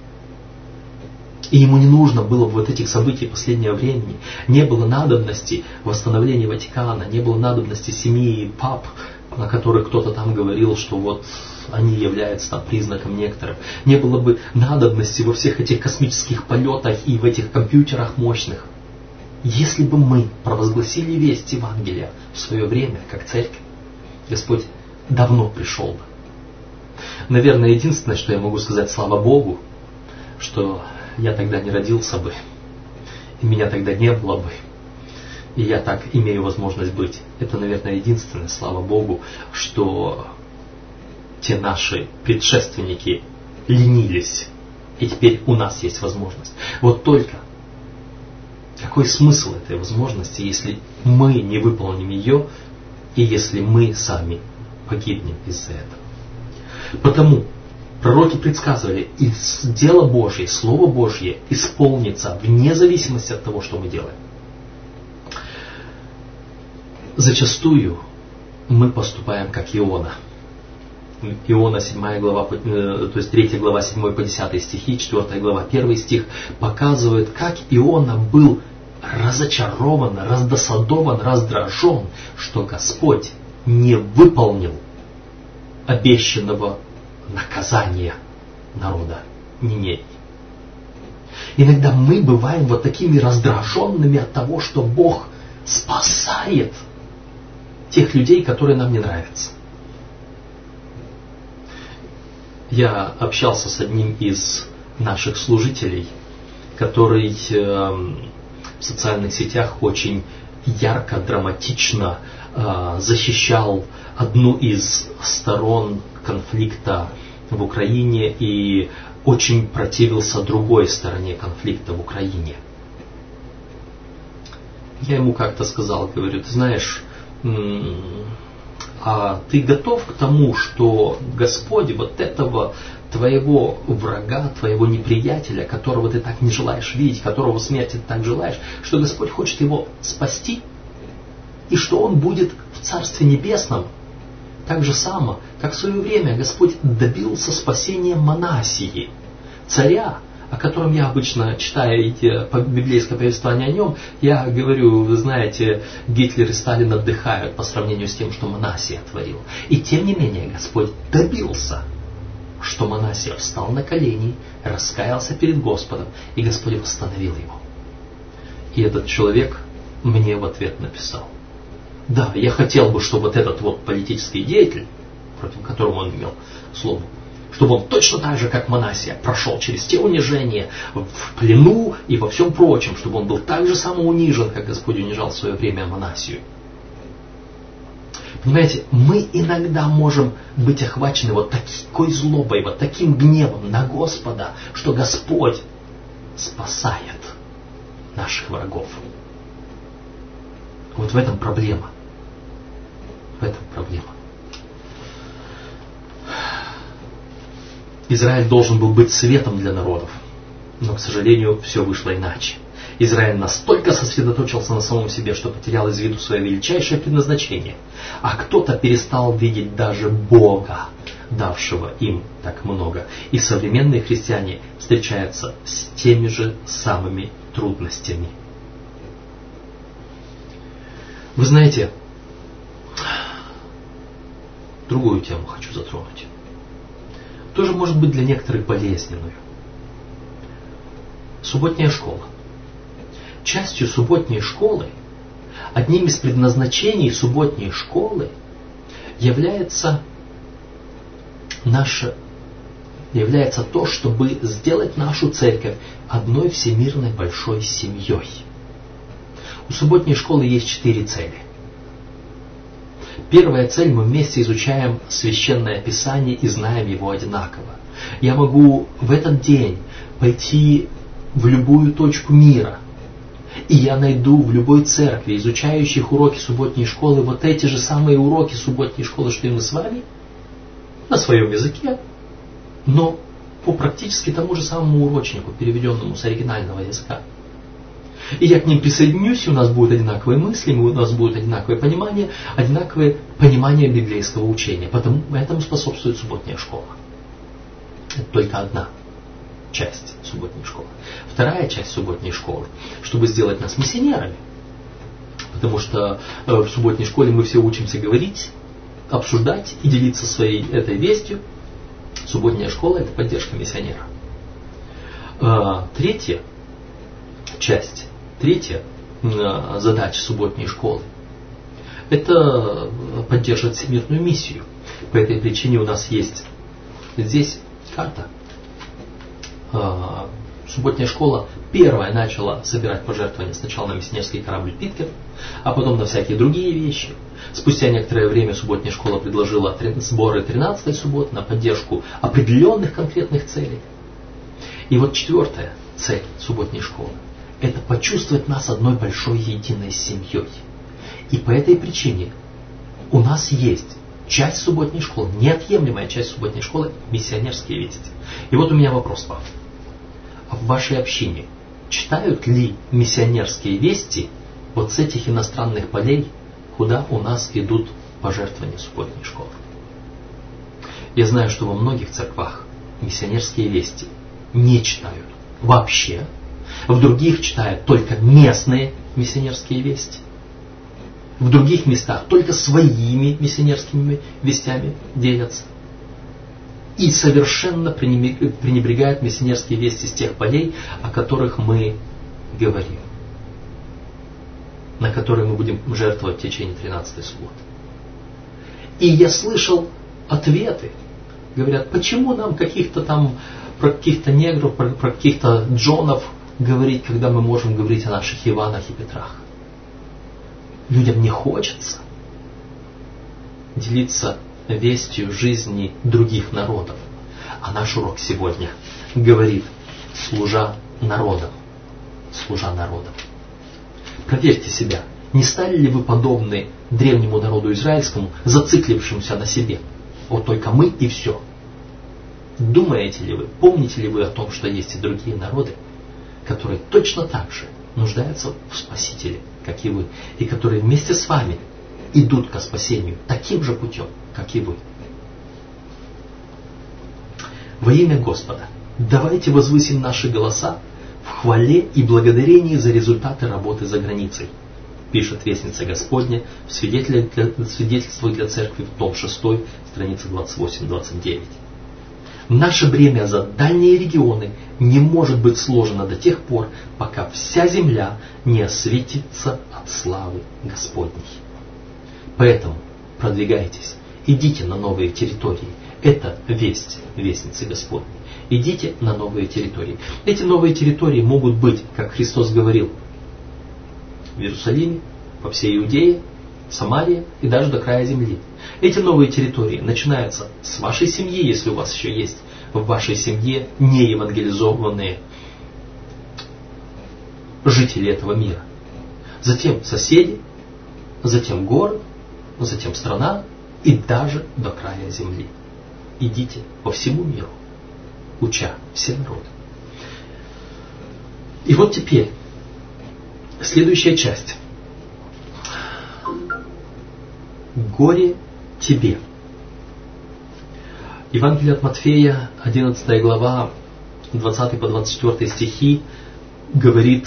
И Ему не нужно было вот этих событий последнего времени. Не было надобности восстановления Ватикана, не было надобности семьи пап, о которых кто-то там говорил, что вот они являются там признаком некоторых. Не было бы надобности во всех этих космических полетах и в этих компьютерах мощных. Если бы мы провозгласили весть Евангелия в свое время, как церковь, Господь давно пришел бы. Наверное, единственное, что я могу сказать, слава Богу, что я тогда не родился бы, и меня тогда не было бы, и я так имею возможность быть. Это, наверное, единственное, слава Богу, что те наши предшественники ленились, и теперь у нас есть возможность. Вот только какой смысл этой возможности, если мы не выполним ее, и если мы сами погибнем из-за этого? Потому пророки предсказывали, и дело Божье, Слово Божье исполнится вне зависимости от того, что мы делаем. Зачастую мы поступаем как Иона. Иона 7 глава, то есть 3 глава 7 по 10 стихи, 4 глава 1 стих показывает, как Иона был разочарован, раздосадован, раздражен, что Господь не выполнил обещанного наказания народа Ниневии. Иногда мы бываем вот такими раздраженными от того, что Бог спасает тех людей, которые нам не нравятся. Я общался с одним из наших служителей, который в социальных сетях очень ярко, драматично защищал одну из сторон конфликта в Украине и очень противился другой стороне конфликта в Украине. Я ему как-то сказал, говорю, ты знаешь, а ты готов к тому, что Господь вот этого твоего врага, твоего неприятеля, которого ты так не желаешь видеть, которого смерти ты так желаешь, что Господь хочет его спасти, и что он будет в Царстве Небесном, так же само, как в свое время Господь добился спасения Манассии, царя, о котором я обычно, читая библейское повествование о нем, я говорю, вы знаете, Гитлер и Сталин отдыхают по сравнению с тем, что Манассия творил. И тем не менее Господь добился, что Манассия встал на колени, раскаялся перед Господом, и Господь восстановил его. И этот человек мне в ответ написал: да, я хотел бы, чтобы вот этот вот политический деятель, против которого он имел слово, чтобы он точно так же, как Манассия, прошел через те унижения в плену и во всем прочем, чтобы он был так же самоунижен, как Господь унижал в свое время Манассию. Понимаете, мы иногда можем быть охвачены вот такой злобой, вот таким гневом на Господа, что Господь спасает наших врагов. Вот в этом проблема. В этом проблема. Израиль должен был быть светом для народов, но, к сожалению, все вышло иначе. Израиль настолько сосредоточился на самом себе, что потерял из виду свое величайшее предназначение, а кто-то перестал видеть даже Бога, давшего им так много. И современные христиане встречаются с теми же самыми трудностями. Вы знаете, другую тему хочу затронуть. Тоже может быть для некоторых болезненную. Субботняя школа. Частью субботней школы, одним из предназначений субботней школы является то, чтобы сделать нашу церковь одной всемирной большой семьей. У субботней школы есть 4 цели. Первая цель: мы вместе изучаем Священное Писание и знаем его одинаково. Я могу в этот день пойти в любую точку мира, и я найду в любой церкви, изучающих уроки субботней школы, вот эти же самые уроки субботней школы, что и мы с вами, на своем языке, но по практически тому же самому урочнику, переведенному с оригинального языка. И я к ним присоединюсь, и у нас будут одинаковые мысли, у нас будет одинаковое понимание библейского учения. Этому способствует субботняя школа. Это только одна часть субботней школы. Вторая часть субботней школы, чтобы сделать нас миссионерами. Потому что в субботней школе мы все учимся говорить, обсуждать и делиться своей этой вестью. Субботняя школа – это поддержка миссионера. Третья задача субботней школы – это поддерживать всемирную миссию. По этой причине у нас есть здесь карта. Субботняя школа первая начала собирать пожертвования сначала на миссионерский корабль Питкер, а потом на всякие другие вещи. Спустя некоторое время субботняя школа предложила сборы 13-й субботы на поддержку определенных конкретных целей. И вот 4-я цель субботней школы – это почувствовать нас одной большой единой семьей. И по этой причине у нас есть часть субботней школы, неотъемлемая часть субботней школы – миссионерские вести. И вот у меня вопрос вам. А в вашей общине читают ли миссионерские вести вот с этих иностранных полей, куда у нас идут пожертвования субботней школы? Я знаю, что во многих церквах миссионерские вести не читают вообще. В других читают только местные миссионерские вести. В других местах только своими миссионерскими вестями делятся. И совершенно пренебрегают миссионерские вести с тех полей, о которых мы говорим. На которые мы будем жертвовать в течение 13-й субботы. И я слышал ответы. Говорят, почему нам каких-то там, про каких-то негров, про каких-то Джонов говорить, когда мы можем говорить о наших Иванах и Петрах. Людям не хочется делиться вестью жизни других народов. А наш урок сегодня говорит: служа народом. Служа народом. Проверьте себя, не стали ли вы подобны древнему народу израильскому, зациклившемуся на себе? Вот только мы и все. Думаете ли вы, помните ли вы о том, что есть и другие народы, которые точно так же нуждаются в Спасителе, как и вы, и которые вместе с вами идут ко спасению таким же путем, как и вы? Во имя Господа, давайте возвысим наши голоса в хвале и благодарении за результаты работы за границей, пишет Вестница Господня в свидетельствах для церкви в том 6, страница 28-29. Наше бремя за дальние регионы не может быть сложено до тех пор, пока вся земля не осветится от славы Господней. Поэтому продвигайтесь, идите на новые территории. Это весть Вестницы Господней. Идите на новые территории. Эти новые территории могут быть, как Христос говорил, в Иерусалиме, по всей Иудее, Самарии и даже до края земли. Эти новые территории начинаются с вашей семьи, если у вас еще есть в вашей семье неевангелизованные жители этого мира. Затем соседи, затем город, затем страна и даже до края земли. Идите по всему миру, уча все народы. И вот теперь следующая часть. Горе тебе. Евангелие от Матфея, 11 глава, 20 по 24 стихи, говорит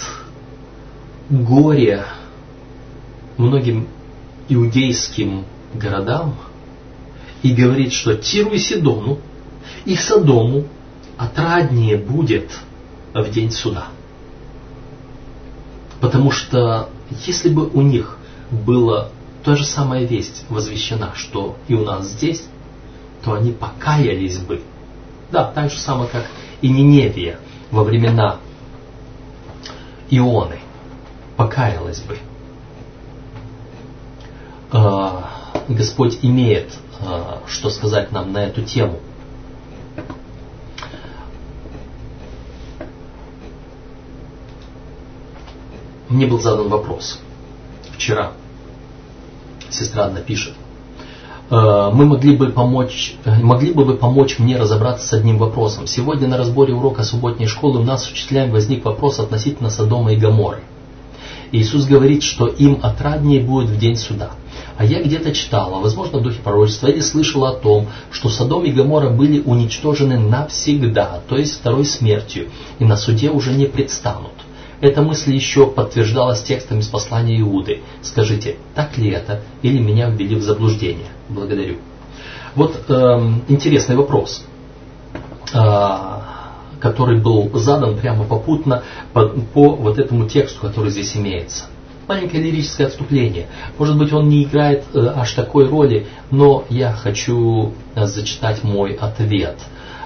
горе многим иудейским городам и говорит, что Тиру и Сидону и Содому отраднее будет в день суда. Потому что если бы у них была та же самая весть возвещена, что и у нас здесь, то они покаялись бы. Да, так же самое, как и Ниневия во времена Ионы покаялась бы. Господь имеет что сказать нам на эту тему. Мне был задан вопрос вчера. Сестра одна пишет: могли бы вы помочь мне разобраться с одним вопросом? Сегодня на разборе урока субботней школы у нас с учителями возник вопрос относительно Содома и Гоморры. Иисус говорит, что им отраднее будет в день суда. А я где-то читала, возможно, в духе пророчества, или слышала о том, что Содом и Гоморра были уничтожены навсегда, то есть второй смертью, и на суде уже не предстанут. Эта мысль еще подтверждалась текстом из послания Иуды. Скажите, так ли это, или меня ввели в заблуждение? Благодарю. Вот интересный вопрос, который был задан прямо попутно по вот этому тексту, который здесь имеется. Маленькое лирическое отступление. Может быть, он не играет аж такой роли, но я хочу зачитать мой ответ,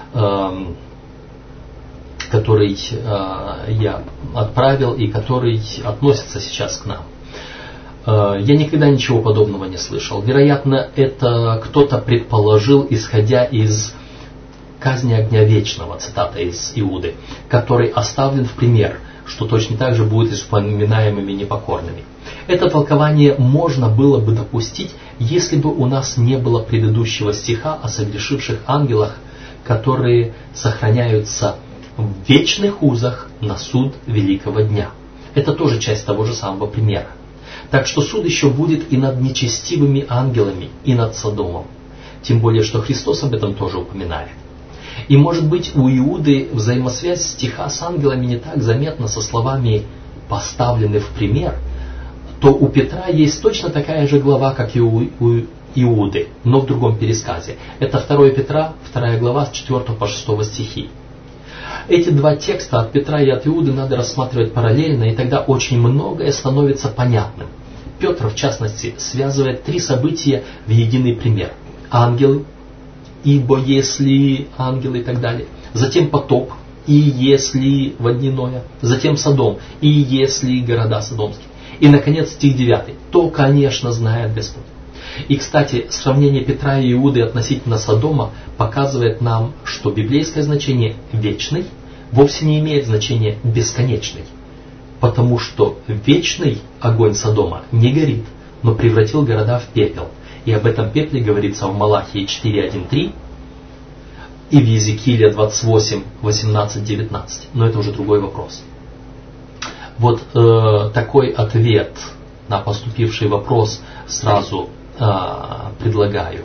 который я отправил и который относится сейчас к нам. Я никогда ничего подобного не слышал. Вероятно, это кто-то предположил, исходя из казни огня вечного, цитата из Иуды, который оставлен в пример, что точно так же будет и с упоминаемыми непокорными. Это толкование можно было бы допустить, если бы у нас не было предыдущего стиха о согрешивших ангелах, которые сохраняются в вечных узах на суд великого дня. Это тоже часть того же самого примера. Так что суд еще будет и над нечестивыми ангелами, и над Содомом. Тем более, что Христос об этом тоже упоминает. И может быть у Иуды взаимосвязь стиха с ангелами не так заметна со словами «поставлены в пример», то у Петра есть точно такая же глава, как и у Иуды, но в другом пересказе. Это 2 Петра, 2 глава, с 4 по 6 стихи. Эти два текста от Петра и от Иуды надо рассматривать параллельно, и тогда очень многое становится понятным. Петр, в частности, связывает три события в единый пример. Ангелы, ибо если ангелы и так далее. Затем потоп, и если водяное. Затем Содом, и если города содомские. И, наконец, стих 9. То, конечно, знает Господь. И, кстати, сравнение Петра и Иуды относительно Содома показывает нам, что библейское значение «вечный» вовсе не имеет значения «бесконечный», потому что вечный огонь Содома не горит, но превратил города в пепел. И об этом пепле говорится в Малахии 4.1.3 и в Иезекииле 28, 18, 19. Но это уже другой вопрос. Вот такой ответ на поступивший вопрос сразу предлагаю.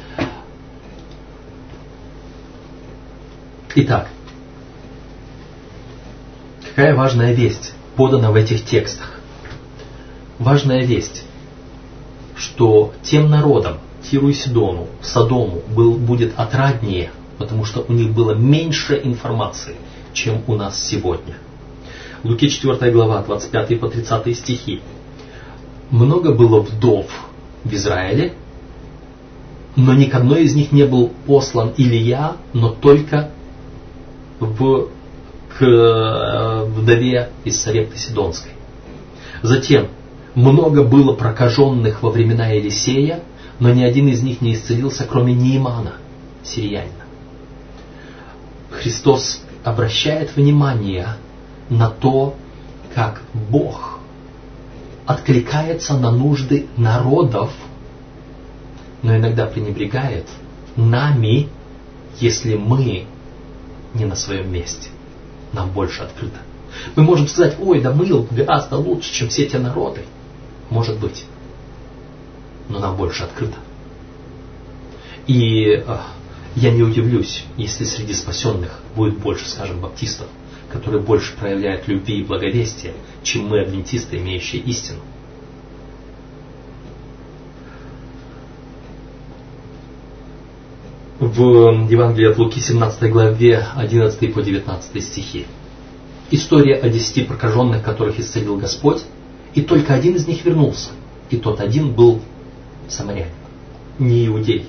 Итак, какая важная весть подана в этих текстах? Важная весть, что тем народам, Тиру и Сидону, Содому, будет отраднее, потому что у них было меньше информации, чем у нас сегодня. Луки 4 глава, 25 по 30 стихи. Много было вдов в Израиле, но ни к одной из них не был послан Илия, но только к вдове из Сарепты Сидонской. Затем много было прокаженных во времена Елисея, но ни один из них не исцелился, кроме Неимана, сириянина. Христос обращает внимание на то, как Бог откликается на нужды народов, но иногда пренебрегает нами, если мы не на своем месте. Нам больше открыто. Мы можем сказать: ой, да мы гораздо лучше, чем все те народы. Может быть. Но нам больше открыто. И я не удивлюсь, если среди спасенных будет больше, скажем, баптистов, которые больше проявляют любви и благовестия, чем мы, адвентисты, имеющие истину. В Евангелии от Луки 17 главе 11 по 19 стихи. История о 10 прокаженных, которых исцелил Господь, и только один из них вернулся. И тот один был самарянин, не иудей.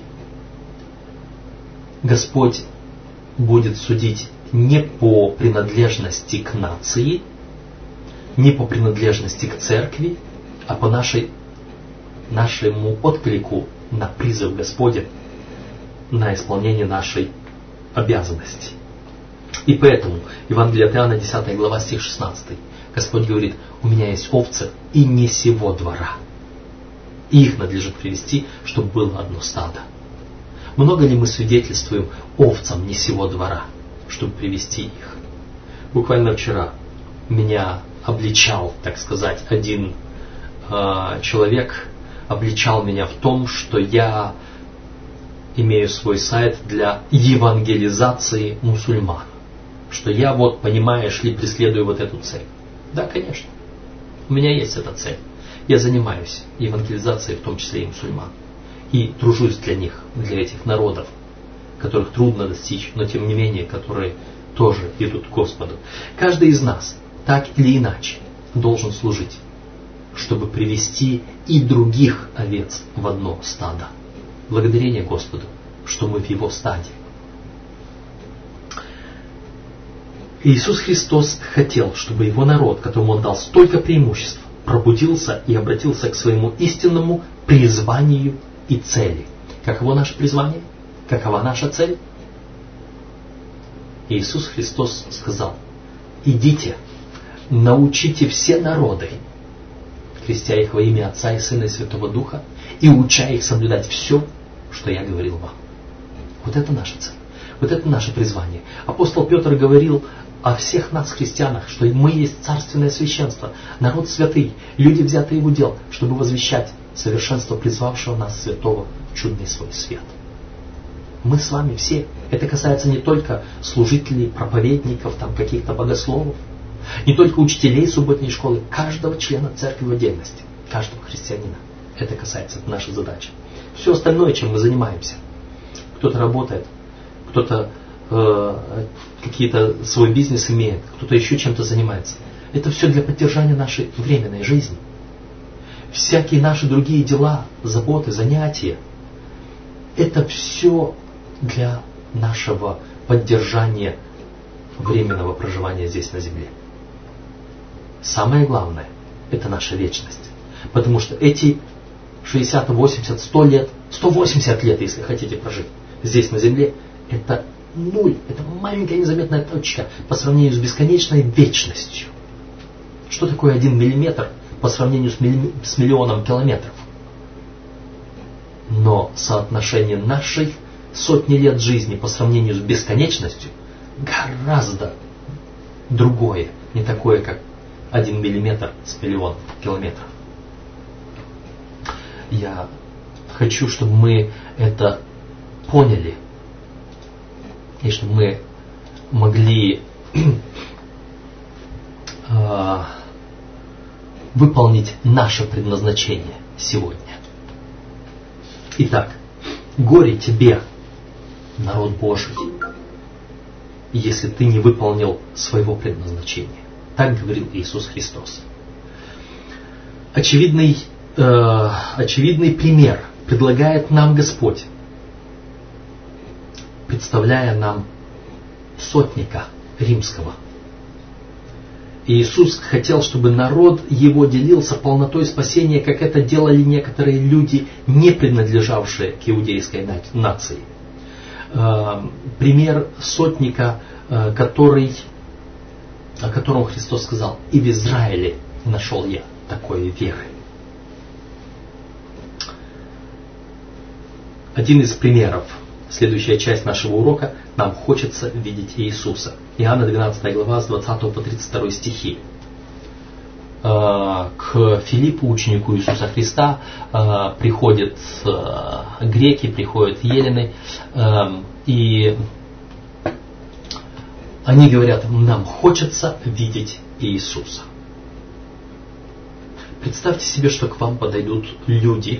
Господь будет судить не по принадлежности к нации, не по принадлежности к церкви, а по нашему отклику на призыв Господня, на исполнение нашей обязанности. И поэтому Евангелие от Иоанна, 10 глава, стих 16. Господь говорит: у меня есть овцы и не сего двора. И их надлежит привести, чтобы было одно стадо. Много ли мы свидетельствуем овцам не сего двора, чтобы привести их? Буквально вчера меня обличал, так сказать, один человек, обличал меня в том, что я имею свой сайт для евангелизации мусульман. Что я вот, понимаешь ли, преследую вот эту цель. Да, конечно. У меня есть эта цель. Я занимаюсь евангелизацией, в том числе и мусульман. И тружусь для них, для этих народов, которых трудно достичь, но тем не менее, которые тоже идут к Господу. Каждый из нас, так или иначе, должен служить, чтобы привести и других овец в одно стадо. Благодарение Господу, что мы в Его стаде. Иисус Христос хотел, чтобы Его народ, которому Он дал столько преимуществ, пробудился и обратился к своему истинному призванию и цели. Каково наше призвание? Какова наша цель? Иисус Христос сказал: идите, научите все народы, крестя их во имя Отца и Сына и Святого Духа, и уча их соблюдать все, что я говорил вам. Вот это наша цель. Вот это наше призвание. Апостол Петр говорил о всех нас, христианах, что мы есть царственное священство, народ святый, люди, взятые в удел, чтобы возвещать совершенство призвавшего нас святого в чудный свой свет. Мы с вами все. Это касается не только служителей, проповедников, там, каких-то богословов, не только учителей субботней школы, каждого члена церкви в отдельности, каждого христианина. Это касается нашей задачи. Все остальное, чем мы занимаемся. Кто-то работает, кто-то какие-то свой бизнес имеет, кто-то еще чем-то занимается. Это все для поддержания нашей временной жизни. Всякие наши другие дела, заботы, занятия, это все для нашего поддержания временного проживания здесь на земле. Самое главное – это наша вечность. Потому что эти 60, 80, 100 лет, 180 лет, если хотите прожить здесь на земле, это нуль, это маленькая незаметная точка по сравнению с бесконечной вечностью. Что такое 1 миллиметр по сравнению с миллионом километров? Но соотношение нашей сотни лет жизни по сравнению с бесконечностью гораздо другое, не такое, как 1 миллиметр с миллионом километров. Я хочу, чтобы мы это поняли, и чтобы мы могли выполнить наше предназначение сегодня. Итак, горе тебе, народ Божий, если ты не выполнил своего предназначения. Так говорил Иисус Христос. Очевидный пример предлагает нам Господь, представляя нам сотника римского. Иисус хотел, чтобы народ его делился полнотой спасения, как это делали некоторые люди, не принадлежавшие к иудейской нации. Пример сотника, о котором Христос сказал: «И в Израиле нашел я такой веры». Один из примеров. Следующая часть нашего урока. Нам хочется видеть Иисуса. Иоанна 12 глава с 20 по 32 стихи. К Филиппу, ученику Иисуса Христа, приходят греки, приходят елены, и они говорят: нам хочется видеть Иисуса. Представьте себе, что к вам подойдут люди,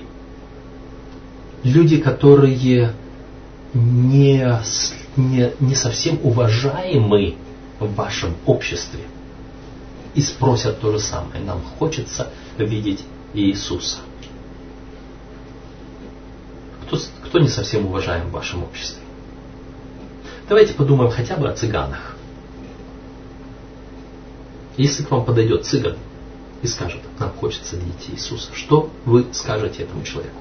которые не совсем уважаемы в вашем обществе, и спросят то же самое: нам хочется видеть Иисуса. Кто не совсем уважаем в вашем обществе? Давайте подумаем хотя бы о цыганах. Если к вам подойдет цыган и скажет: нам хочется видеть Иисуса, что вы скажете этому человеку?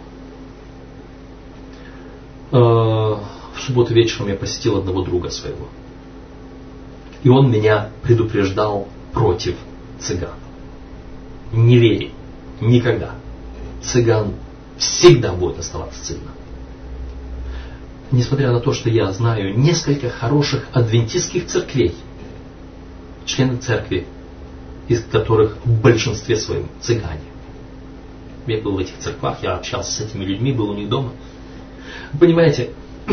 В субботу вечером я посетил одного друга своего, и он меня предупреждал против цыган. Не верь, никогда. Цыган всегда будет оставаться цыганом. Несмотря на то, что я знаю несколько хороших адвентистских церквей, члены церкви, из которых в большинстве своем цыгане. Я был в этих церквах, я общался с этими людьми, был у них дома. Вы понимаете,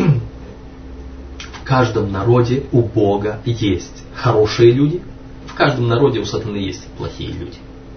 в каждом народе у Бога есть хорошие люди, в каждом народе у сатаны есть плохие люди.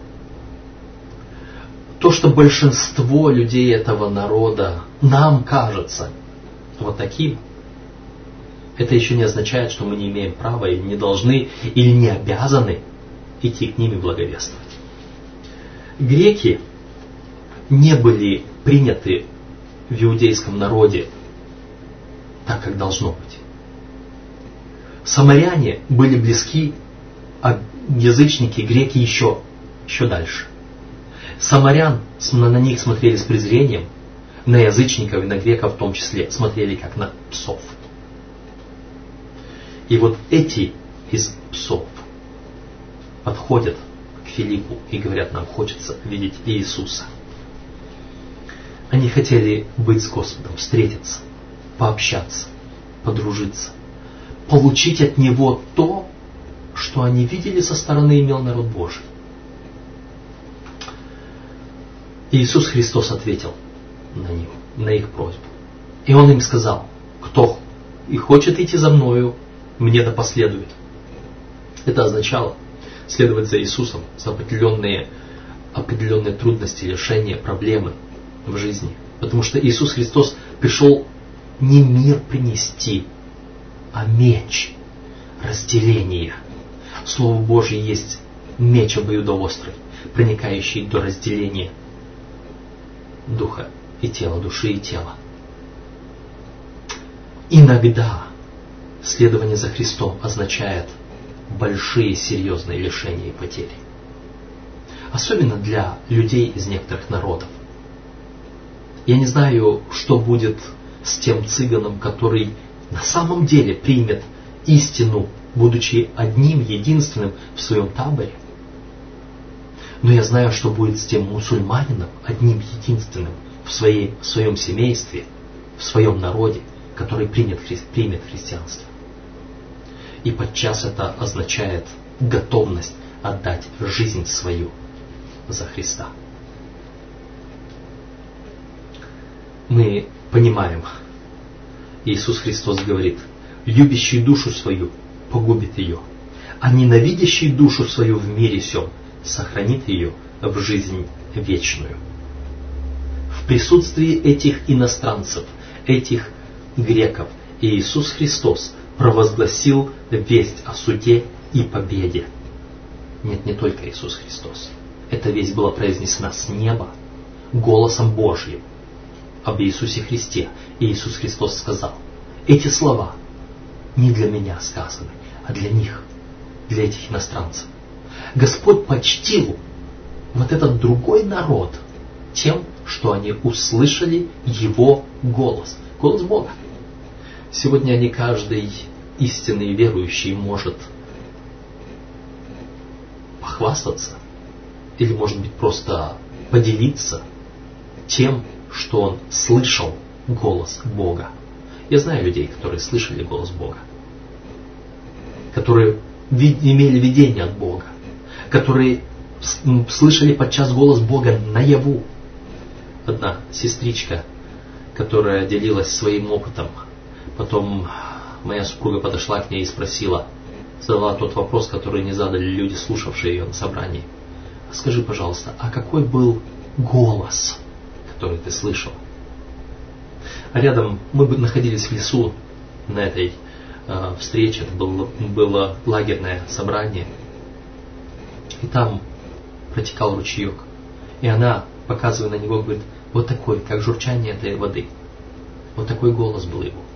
То, что большинство людей этого народа нам кажется вот таким, это еще не означает, что мы не имеем права или не должны, или не обязаны идти к ним и благовествовать. Греки не были приняты в иудейском народе так, как должно быть. Самаряне были близки, а язычники, греки еще дальше. Самарян на них смотрели с презрением, на язычников и на греков в том числе смотрели как на псов. И вот эти из псов подходят к Филиппу и говорят: нам хочется видеть Иисуса. Они хотели быть с Господом, встретиться, пообщаться, подружиться, получить от Него то, что они видели со стороны имел народ Божий. Иисус Христос ответил на их просьбу. И Он им сказал: кто и хочет идти за Мною, мне да последует. Это означало следовать за Иисусом, за определенные трудности, лишения, проблемы в жизни. Потому что Иисус Христос пришел не мир принести, а меч разделения. Слово Божье есть меч обоюдоострый, проникающий до разделения духа и тела, души и тела. Иногда следование за Христом означает большие серьезные лишения и потери. Особенно для людей из некоторых народов. Я не знаю, что будет с тем цыганом, который на самом деле примет истину, будучи одним, единственным в своем таборе. Но я знаю, что будет с тем мусульманином, одним, единственным в своем семействе, в своем народе, который примет христианство. И подчас это означает готовность отдать жизнь свою за Христа. Мы понимаем, Иисус Христос говорит: любящий душу свою погубит ее, а ненавидящий душу свою в мире сем сохранит ее в жизнь вечную. В присутствии этих иностранцев, этих греков, Иисус Христос провозгласил весть о суде и победе. Нет, не только Иисус Христос. Эта весть была произнесена с неба голосом Божьим об Иисусе Христе. И Иисус Христос сказал: эти слова не для меня сказаны, а для них, для этих иностранцев. Господь почтил вот этот другой народ тем, что они услышали Его голос, голос Бога. Сегодня не каждый истинный верующий может похвастаться или, может быть, просто поделиться тем, что он слышал голос Бога. Я знаю людей, которые слышали голос Бога, которые имели видение от Бога, которые слышали подчас голос Бога наяву. Одна сестричка, которая делилась своим опытом, потом моя супруга подошла к ней и спросила, задала тот вопрос, который не задали люди, слушавшие ее на собрании. Скажи, пожалуйста, а какой был голос, который ты слышал? А рядом мы находились в лесу на этой встрече, это было лагерное собрание, и там протекал ручеек, и она, показывая на него, говорит: вот такой, как журчание этой воды. Вот такой голос был его.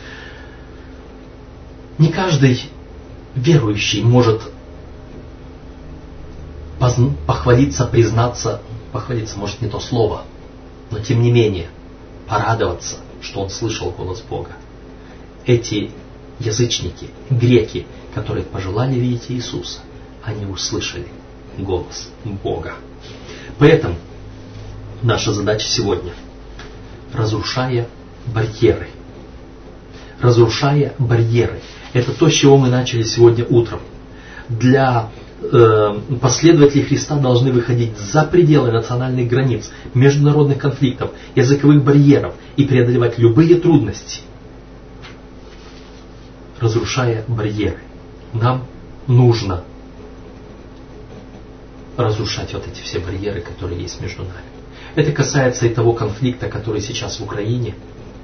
Не каждый верующий может похвалиться, признаться, похвалиться, может, не то слово, но тем не менее порадоваться, что он слышал голос Бога. Эти язычники, греки, которые пожелали видеть Иисуса, они услышали голос Бога. Поэтому наша задача сегодня, разрушая барьеры. Разрушая барьеры. Это то, с чего мы начали сегодня утром. Для последователи Христа должны выходить за пределы национальных границ, международных конфликтов, языковых барьеров и преодолевать любые трудности, разрушая барьеры. Нам нужно разрушать вот эти все барьеры, которые есть между нами. Это касается и того конфликта, который сейчас в Украине,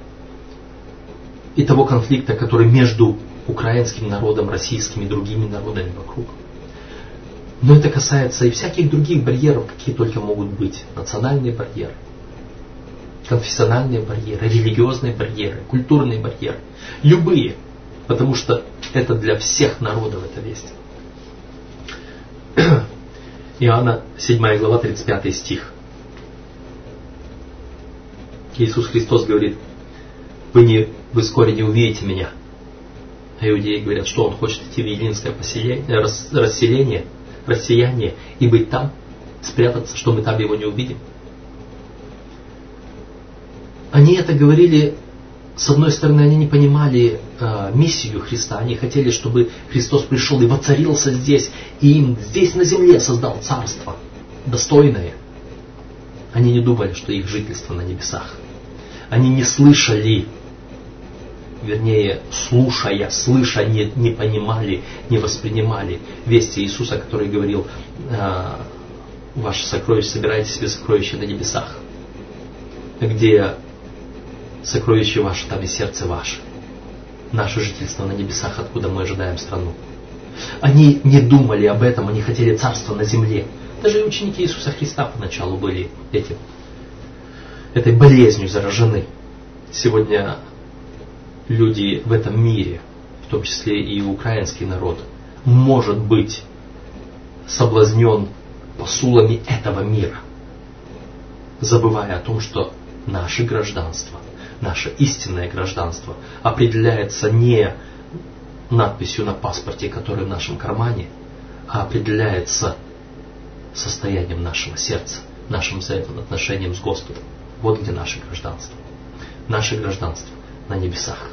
и того конфликта, который между украинским народом, российским и другими народами вокруг. Но это касается и всяких других барьеров, какие только могут быть. Национальные барьеры, конфессиональные барьеры, религиозные барьеры, культурные барьеры. Любые. Потому что это для всех народов эта весть. Иоанна 7 глава 35 стих. Иисус Христос говорит: вы вскоре не увидите меня. А иудеи говорят, что он хочет идти в елинское рассеяние и быть там, спрятаться, что мы там его не увидим. Они это говорили, с одной стороны, они не понимали миссию Христа, они хотели, чтобы Христос пришел и воцарился здесь, и им здесь на земле создал царство достойное. Они не думали, что их жительство на небесах. Они не слышали, вернее, слыша, не понимали, не воспринимали вести Иисуса, который говорил: ваше сокровище, собирайте себе сокровища на небесах. Где сокровище ваше, там и сердце ваше. Наше жительство на небесах, откуда мы ожидаем страну. Они не думали об этом, они хотели царство на земле. Даже и ученики Иисуса Христа поначалу были этой болезнью заражены. Сегодня люди в этом мире, в том числе и украинский народ, может быть соблазнен посулами этого мира, забывая о том, что наше гражданство, наше истинное гражданство определяется не надписью на паспорте, который в нашем кармане, а определяется состоянием нашего сердца, нашим взаимоотношением с Господом. Вот где наше гражданство. Наше гражданство на небесах.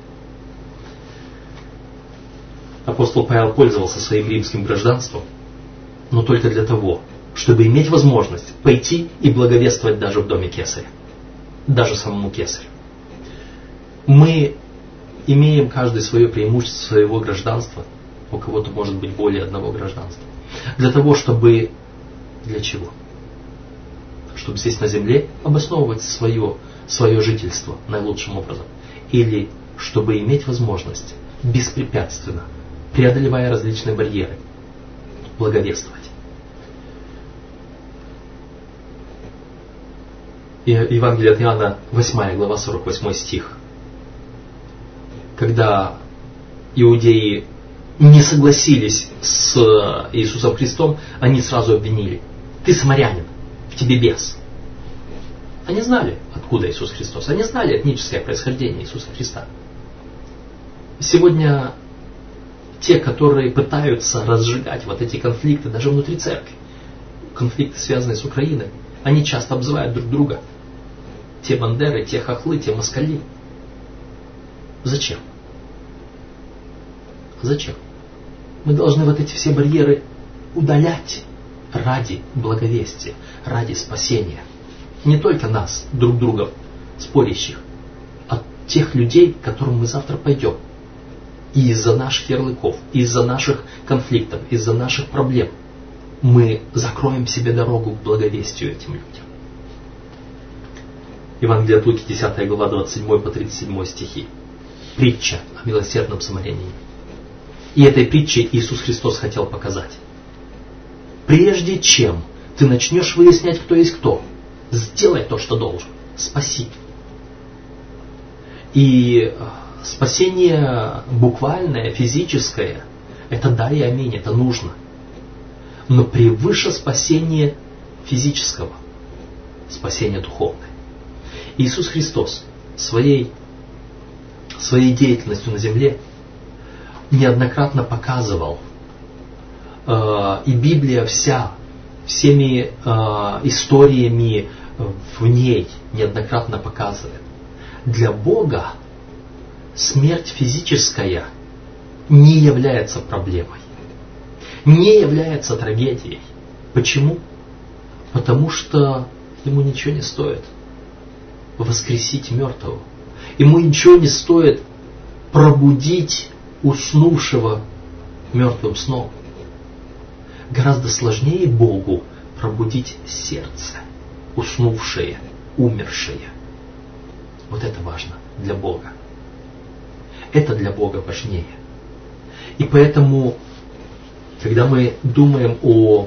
Апостол Павел пользовался своим римским гражданством, но только для того, чтобы иметь возможность пойти и благовествовать даже в доме Кесаря. Даже самому Кесарю. Мы имеем каждый свое преимущество своего гражданства. У кого-то может быть более одного гражданства. Для того, чтобы... Для чего? Чтобы здесь на земле обосновывать свое жительство наилучшим образом. Или чтобы иметь возможность беспрепятственно, преодолевая различные барьеры, благовествовать. И Евангелие от Иоанна, 8 глава, 48 стих. Когда иудеи не согласились с Иисусом Христом, они сразу обвинили: ты самарянин, в тебе бес. Они знали, откуда Иисус Христос. Они знали этническое происхождение Иисуса Христа. Сегодня те, которые пытаются разжигать вот эти конфликты даже внутри церкви, конфликты, связанные с Украиной, они часто обзывают друг друга. Те бандеры, те хохлы, те москали. Зачем? Зачем? Мы должны вот эти все барьеры удалять ради благовестия, ради спасения. Не только нас, друг друга, спорящих, а тех людей, к которым мы завтра пойдем. И из-за наших ярлыков, из-за наших конфликтов, из-за наших проблем мы закроем себе дорогу к благовестию этим людям. Евангелие от Луки, 10 глава, 27 по 37 стихи. Притча о милосердном самарянине. И этой притчей Иисус Христос хотел показать: прежде чем ты начнешь выяснять, кто есть кто, сделай то, что должен. Спаси. И спасение буквальное, физическое, это да и аминь, это нужно. Но превыше спасения физического, спасение духовное. Иисус Христос своей деятельностью на земле неоднократно показывал, и Библия всеми историями в ней неоднократно показывает: для Бога смерть физическая не является проблемой, не является трагедией. Почему? Потому что ему ничего не стоит воскресить мертвого. Ему ничего не стоит пробудить уснувшего мертвым сном. Гораздо сложнее Богу пробудить сердце, уснувшее, умершее. Вот это важно для Бога. Это для Бога важнее. И поэтому, когда мы думаем о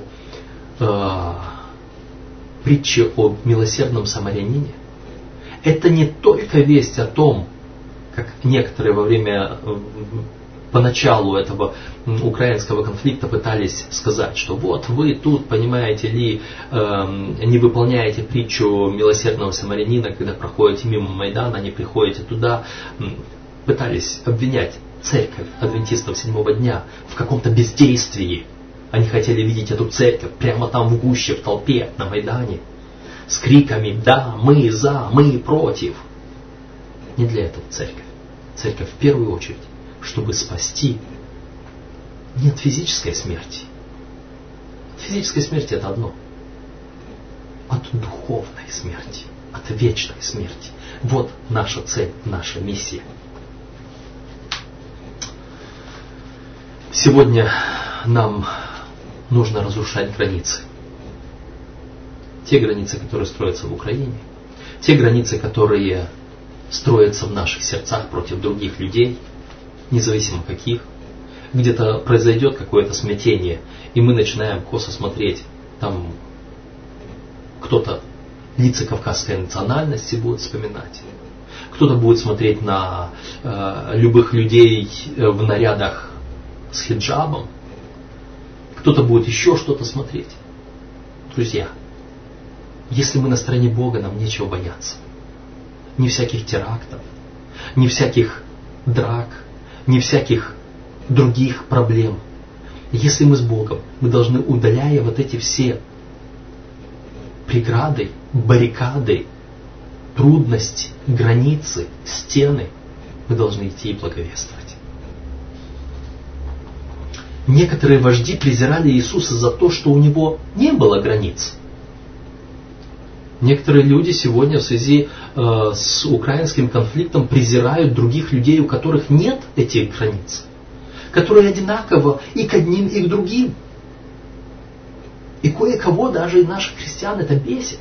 притче о милосердном самарянине, это не только весть о том, как некоторые во время, поначалу этого украинского конфликта пытались сказать, что вот вы тут, понимаете ли, не выполняете притчу милосердного самарянина, когда проходите мимо Майдана, не приходите туда. Пытались обвинять церковь адвентистов седьмого дня в каком-то бездействии. Они хотели видеть эту церковь прямо там в гуще, в толпе, на Майдане, с криками «Да, мы за, мы против». Не для этого церковь. Церковь в первую очередь, чтобы спасти не от физической смерти. От физической смерти это одно. От духовной смерти, от вечной смерти. Вот наша цель, наша миссия. Сегодня нам нужно разрушать границы. Те границы, которые строятся в Украине, те границы, которые строятся в наших сердцах против других людей, независимо каких. Где-то произойдет какое-то смятение, и мы начинаем косо смотреть. Там кто-то лица кавказской национальности будет вспоминать. Кто-то будет смотреть на любых людей в нарядах с хиджабом. Кто-то будет еще что-то смотреть. Друзья, если мы на стороне Бога, нам нечего бояться. ни всяких терактов, ни всяких драк, ни всяких других проблем. Если мы с Богом, мы должны, удаляя вот эти все преграды, баррикады, трудности, границы, стены, мы должны идти и благовествовать. Некоторые вожди презирали Иисуса за то, что у него не было границ. Некоторые люди сегодня в связи с украинским конфликтом презирают других людей, у которых нет этих границ, которые одинаково и к одним, и к другим. И кое-кого, даже и наших христиан, это бесит.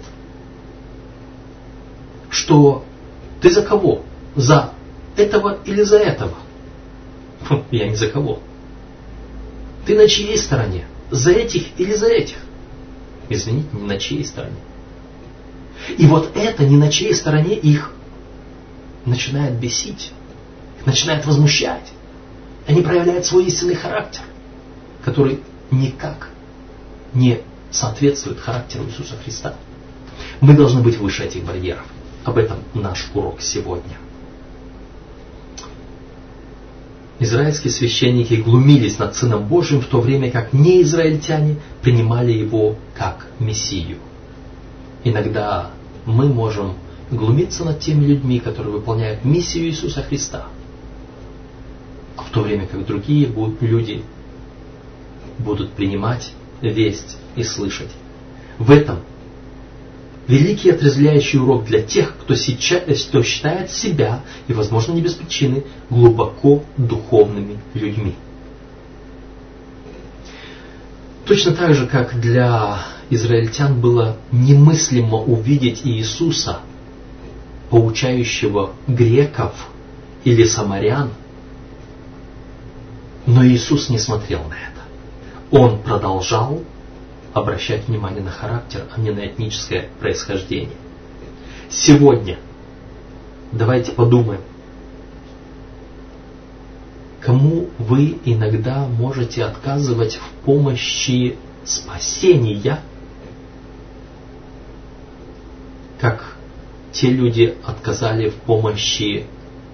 Что ты за кого? За этого или за этого? Я не за кого. Ты на чьей стороне? За этих или за этих? Извините, не на чьей стороне. И вот это не на чьей стороне их начинает бесить, их начинает возмущать. Они проявляют свой истинный характер, который никак не соответствует характеру Иисуса Христа. Мы должны быть выше этих барьеров. Об этом наш урок сегодня. Израильские священники глумились над Сыном Божьим, в то время как неизраильтяне принимали Его как Мессию. Иногда мы можем глумиться над теми людьми, которые выполняют миссию Иисуса Христа, в то время как другие люди будут принимать весть и слышать. В этом великий отрезвляющий урок для тех, кто считает себя, и, возможно, не без причины, глубоко духовными людьми. Точно так же, как для израильтян было немыслимо увидеть Иисуса, поучающего греков или самарян, но Иисус не смотрел на это. Он продолжал обращать внимание на характер, а не на этническое происхождение. Сегодня давайте подумаем, кому вы иногда можете отказывать в помощи спасения, как те люди отказали в помощи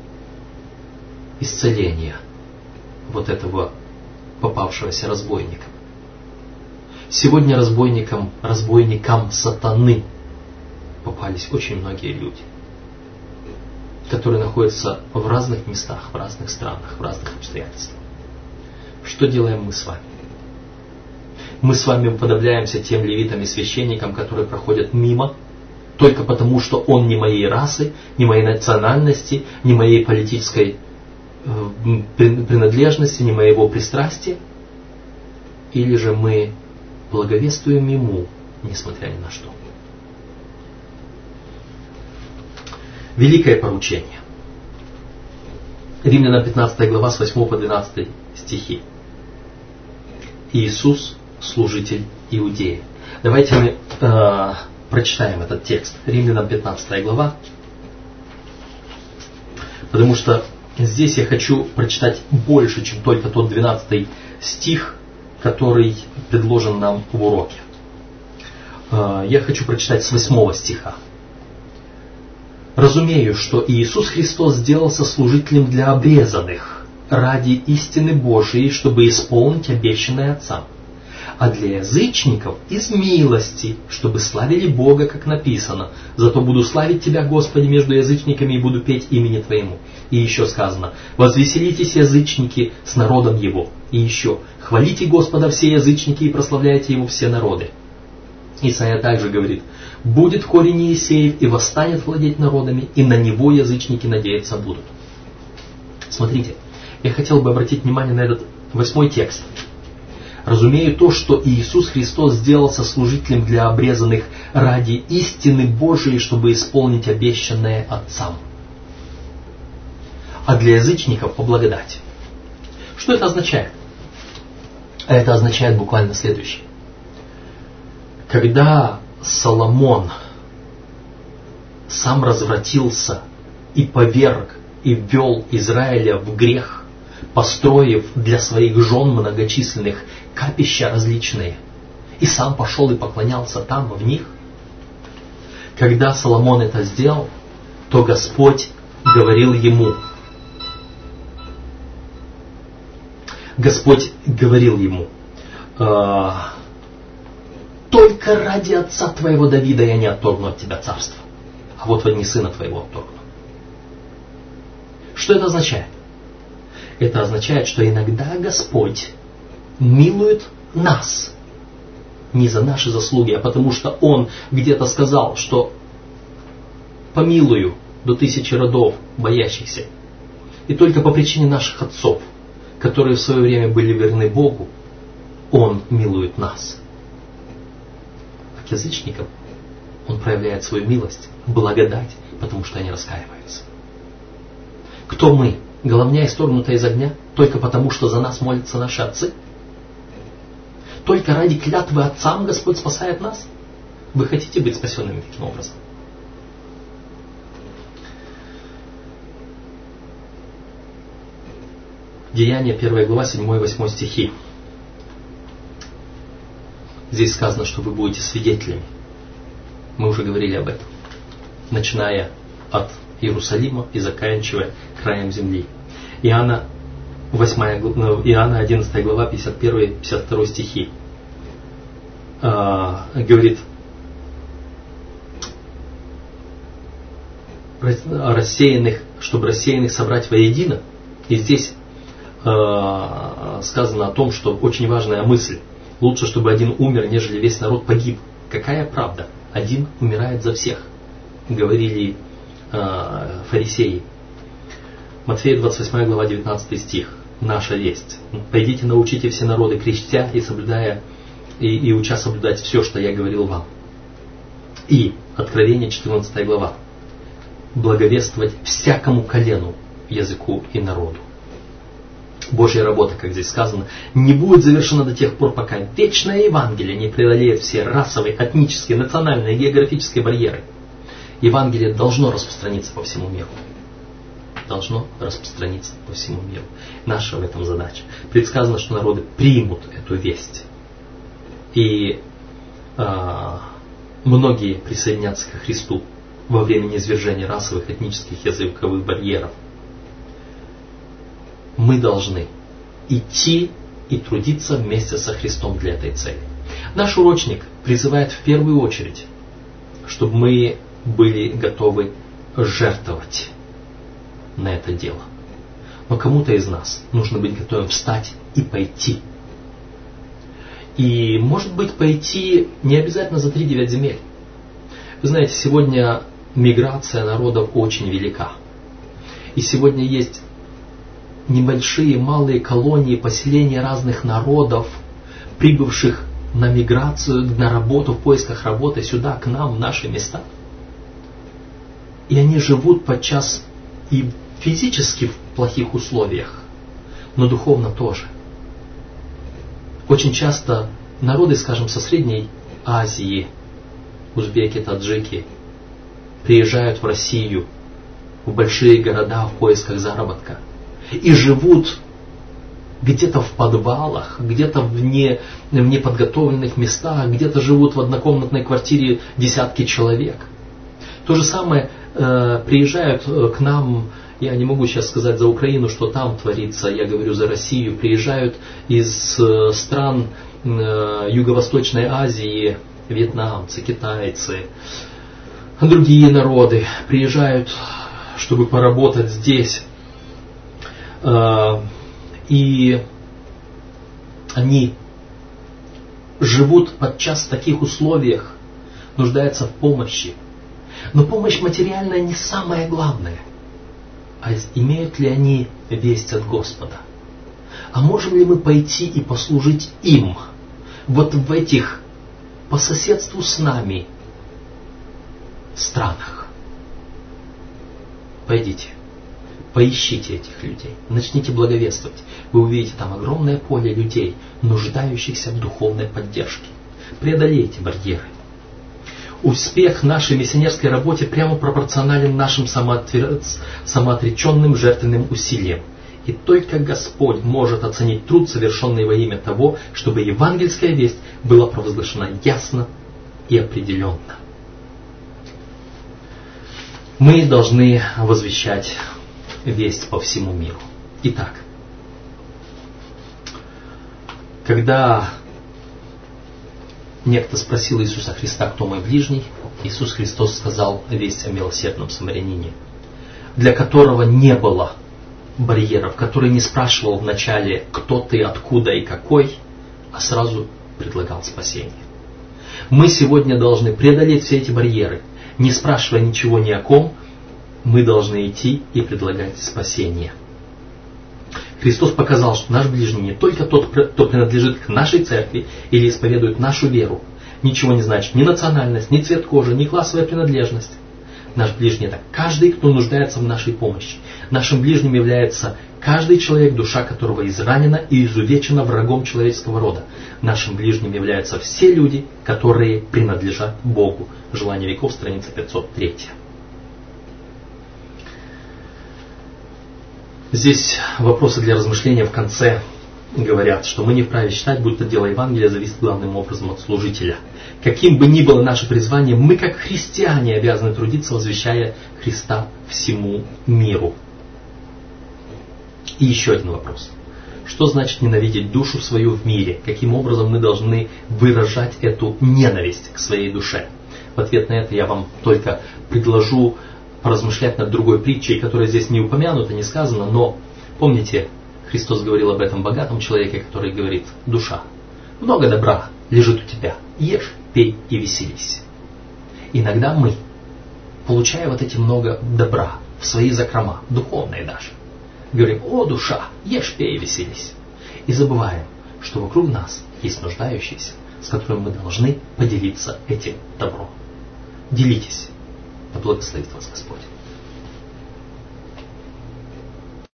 исцеления вот этого попавшегося разбойника. Сегодня разбойникам сатаны попались очень многие люди, которые находятся в разных местах, в разных странах, в разных обстоятельствах. Что делаем мы с вами? Мы с вами уподобляемся тем левитам и священникам, которые проходят мимо, только потому, что он не моей расы, не моей национальности, не моей политической принадлежности, не моего пристрастия. Или же мы благовествуем ему, несмотря ни на что. Великое поручение. Римлянам 15 глава с 8 по 12 стихи. Иисус – служитель Иудеи. Давайте мы прочитаем этот текст. Римлянам 15 глава. Потому что здесь я хочу прочитать больше, чем только тот 12 стих, который предложен нам в уроке. Я хочу прочитать с 8 стиха. «Разумею, что Иисус Христос сделался служителем для обрезанных ради истины Божией, чтобы исполнить обещанное Отцам, а для язычников из милости, чтобы славили Бога, как написано: зато буду славить Тебя, Господи, между язычниками и буду петь имени Твоему». И еще сказано: «Возвеселитесь, язычники, с народом Его». И еще: «Хвалите Господа все язычники и прославляйте Его все народы». Исайя также говорит: «Будет корень Иисеев и восстанет владеть народами, и на него язычники надеяться будут». Смотрите, я хотел бы обратить внимание на этот 8 текст. «Разумею то, что Иисус Христос сделался служителем для обрезанных ради истины Божией, чтобы исполнить обещанное Отцам, а для язычников по благодати». Что это означает? Это означает буквально следующее. Когда Соломон сам развратился и поверг и ввел Израиля в грех, построив для своих жен многочисленных капища различные, и сам пошел и поклонялся там, в них, когда Соломон это сделал, то Господь говорил ему. Господь говорил ему: только ради отца твоего Давида я не отторгну от тебя царство, а вот возьми сына твоего отторгну. Что это означает? Это означает, что иногда Господь милует нас не за наши заслуги, а потому что Он где-то сказал, что помилую до 1000 родов боящихся. И только по причине наших отцов, которые в свое время были верны Богу, Он милует нас. А к язычникам Он проявляет свою милость, благодать, потому что они раскаиваются. Кто мы? Головня, исторгнутая из огня, только потому, что за нас молятся наши отцы? Только ради клятвы отцам Господь спасает нас? Вы хотите быть спасенными таким образом? Деяния 1 глава 7-8 стихи. Здесь сказано, что вы будете свидетелями. Мы уже говорили об этом. Начиная от Иерусалима и заканчивая краем земли. Иоанна 11 глава 51-52 стихи говорит о рассеянных, чтобы рассеянных собрать воедино. И здесь сказано о том, что очень важная мысль. Лучше, чтобы один умер, нежели весь народ погиб. Какая правда? Один умирает за всех, говорили фарисеи. Матфея 28 глава 19 стих. Наша весть. Пойдите, научите все народы, крестя и соблюдая и уча соблюдать все, что я говорил вам. И Откровение 14 глава. Благовествовать всякому колену, языку и народу. Божья работа, как здесь сказано, не будет завершена до тех пор, пока вечное Евангелие не преодолеет все расовые, этнические, национальные и географические барьеры. Евангелие должно распространиться по всему миру. Должно распространиться по всему миру. Наша в этом задача. Предсказано, что народы примут эту весть. И многие присоединятся ко Христу во время низвержения расовых, этнических, языковых барьеров. Мы должны идти и трудиться вместе со Христом для этой цели. Наш урочник призывает в первую очередь, чтобы мы были готовы жертвовать на это дело. Но кому-то из нас нужно быть готовым встать и пойти. И, может быть, пойти не обязательно за 3-9 земель. Вы знаете, сегодня миграция народов очень велика. И сегодня есть небольшие, малые колонии, поселения разных народов, прибывших на миграцию, на работу, в поисках работы сюда, к нам, в наши места. И они живут подчас и физически в плохих условиях, но духовно тоже. Очень часто народы, скажем, со Средней Азии, узбеки, таджики, приезжают в Россию, в большие города в поисках заработка и живут где-то в подвалах, где-то в неподготовленных местах, где-то живут в однокомнатной квартире десятки человек. То же самое приезжают к нам, я не могу сейчас сказать за Украину, что там творится, я говорю за Россию, приезжают из стран Юго-Восточной Азии, вьетнамцы, китайцы, другие народы, приезжают, чтобы поработать здесь. И они живут подчас в таких условиях, нуждаются в помощи. Но помощь материальная не самое главное. А имеют ли они весть от Господа? А можем ли мы пойти и послужить им вот в этих по соседству с нами странах? Пойдите, поищите этих людей, начните благовествовать. Вы увидите там огромное поле людей, нуждающихся в духовной поддержке. Преодолейте барьеры. Успех нашей миссионерской работе прямо пропорционален нашим самоотреченным жертвенным усилиям. И только Господь может оценить труд, совершенный во имя того, чтобы евангельская весть была провозглашена ясно и определенно. Мы должны возвещать весть по всему миру. Итак, когда некто спросил Иисуса Христа, кто мой ближний, Иисус Христос сказал весть о милосердном самарянине, для которого не было барьеров, который не спрашивал вначале, кто ты, откуда и какой, а сразу предлагал спасение. Мы сегодня должны преодолеть все эти барьеры, не спрашивая ничего ни о ком, мы должны идти и предлагать спасение. Христос показал, что наш ближний не только тот, кто принадлежит к нашей церкви или исповедует нашу веру. Ничего не значит ни национальность, ни цвет кожи, ни классовая принадлежность. Наш ближний – это каждый, кто нуждается в нашей помощи. Нашим ближним является каждый человек, душа которого изранена и изувечена врагом человеческого рода. Нашим ближним являются все люди, которые принадлежат Богу. Желание веков, страница 503. Здесь вопросы для размышления в конце говорят, что мы не вправе считать, будто дело Евангелия зависит главным образом от служителя. Каким бы ни было наше призвание, мы как христиане обязаны трудиться, возвещая Христа всему миру. И еще один вопрос. Что значит ненавидеть душу свою в мире? Каким образом мы должны выражать эту ненависть к своей душе? В ответ на это я вам только предложу поразмышлять над другой притчей, которая здесь не упомянута, не сказана, но помните, Христос говорил об этом богатом человеке, который говорит: душа, много добра лежит у тебя, ешь, пей и веселись. Иногда мы, получая вот эти много добра в свои закрома, духовные даже, говорим: о, душа, ешь, пей и веселись. И забываем, что вокруг нас есть нуждающиеся, с которыми мы должны поделиться этим добром. Делитесь. Да благословит вас Господь.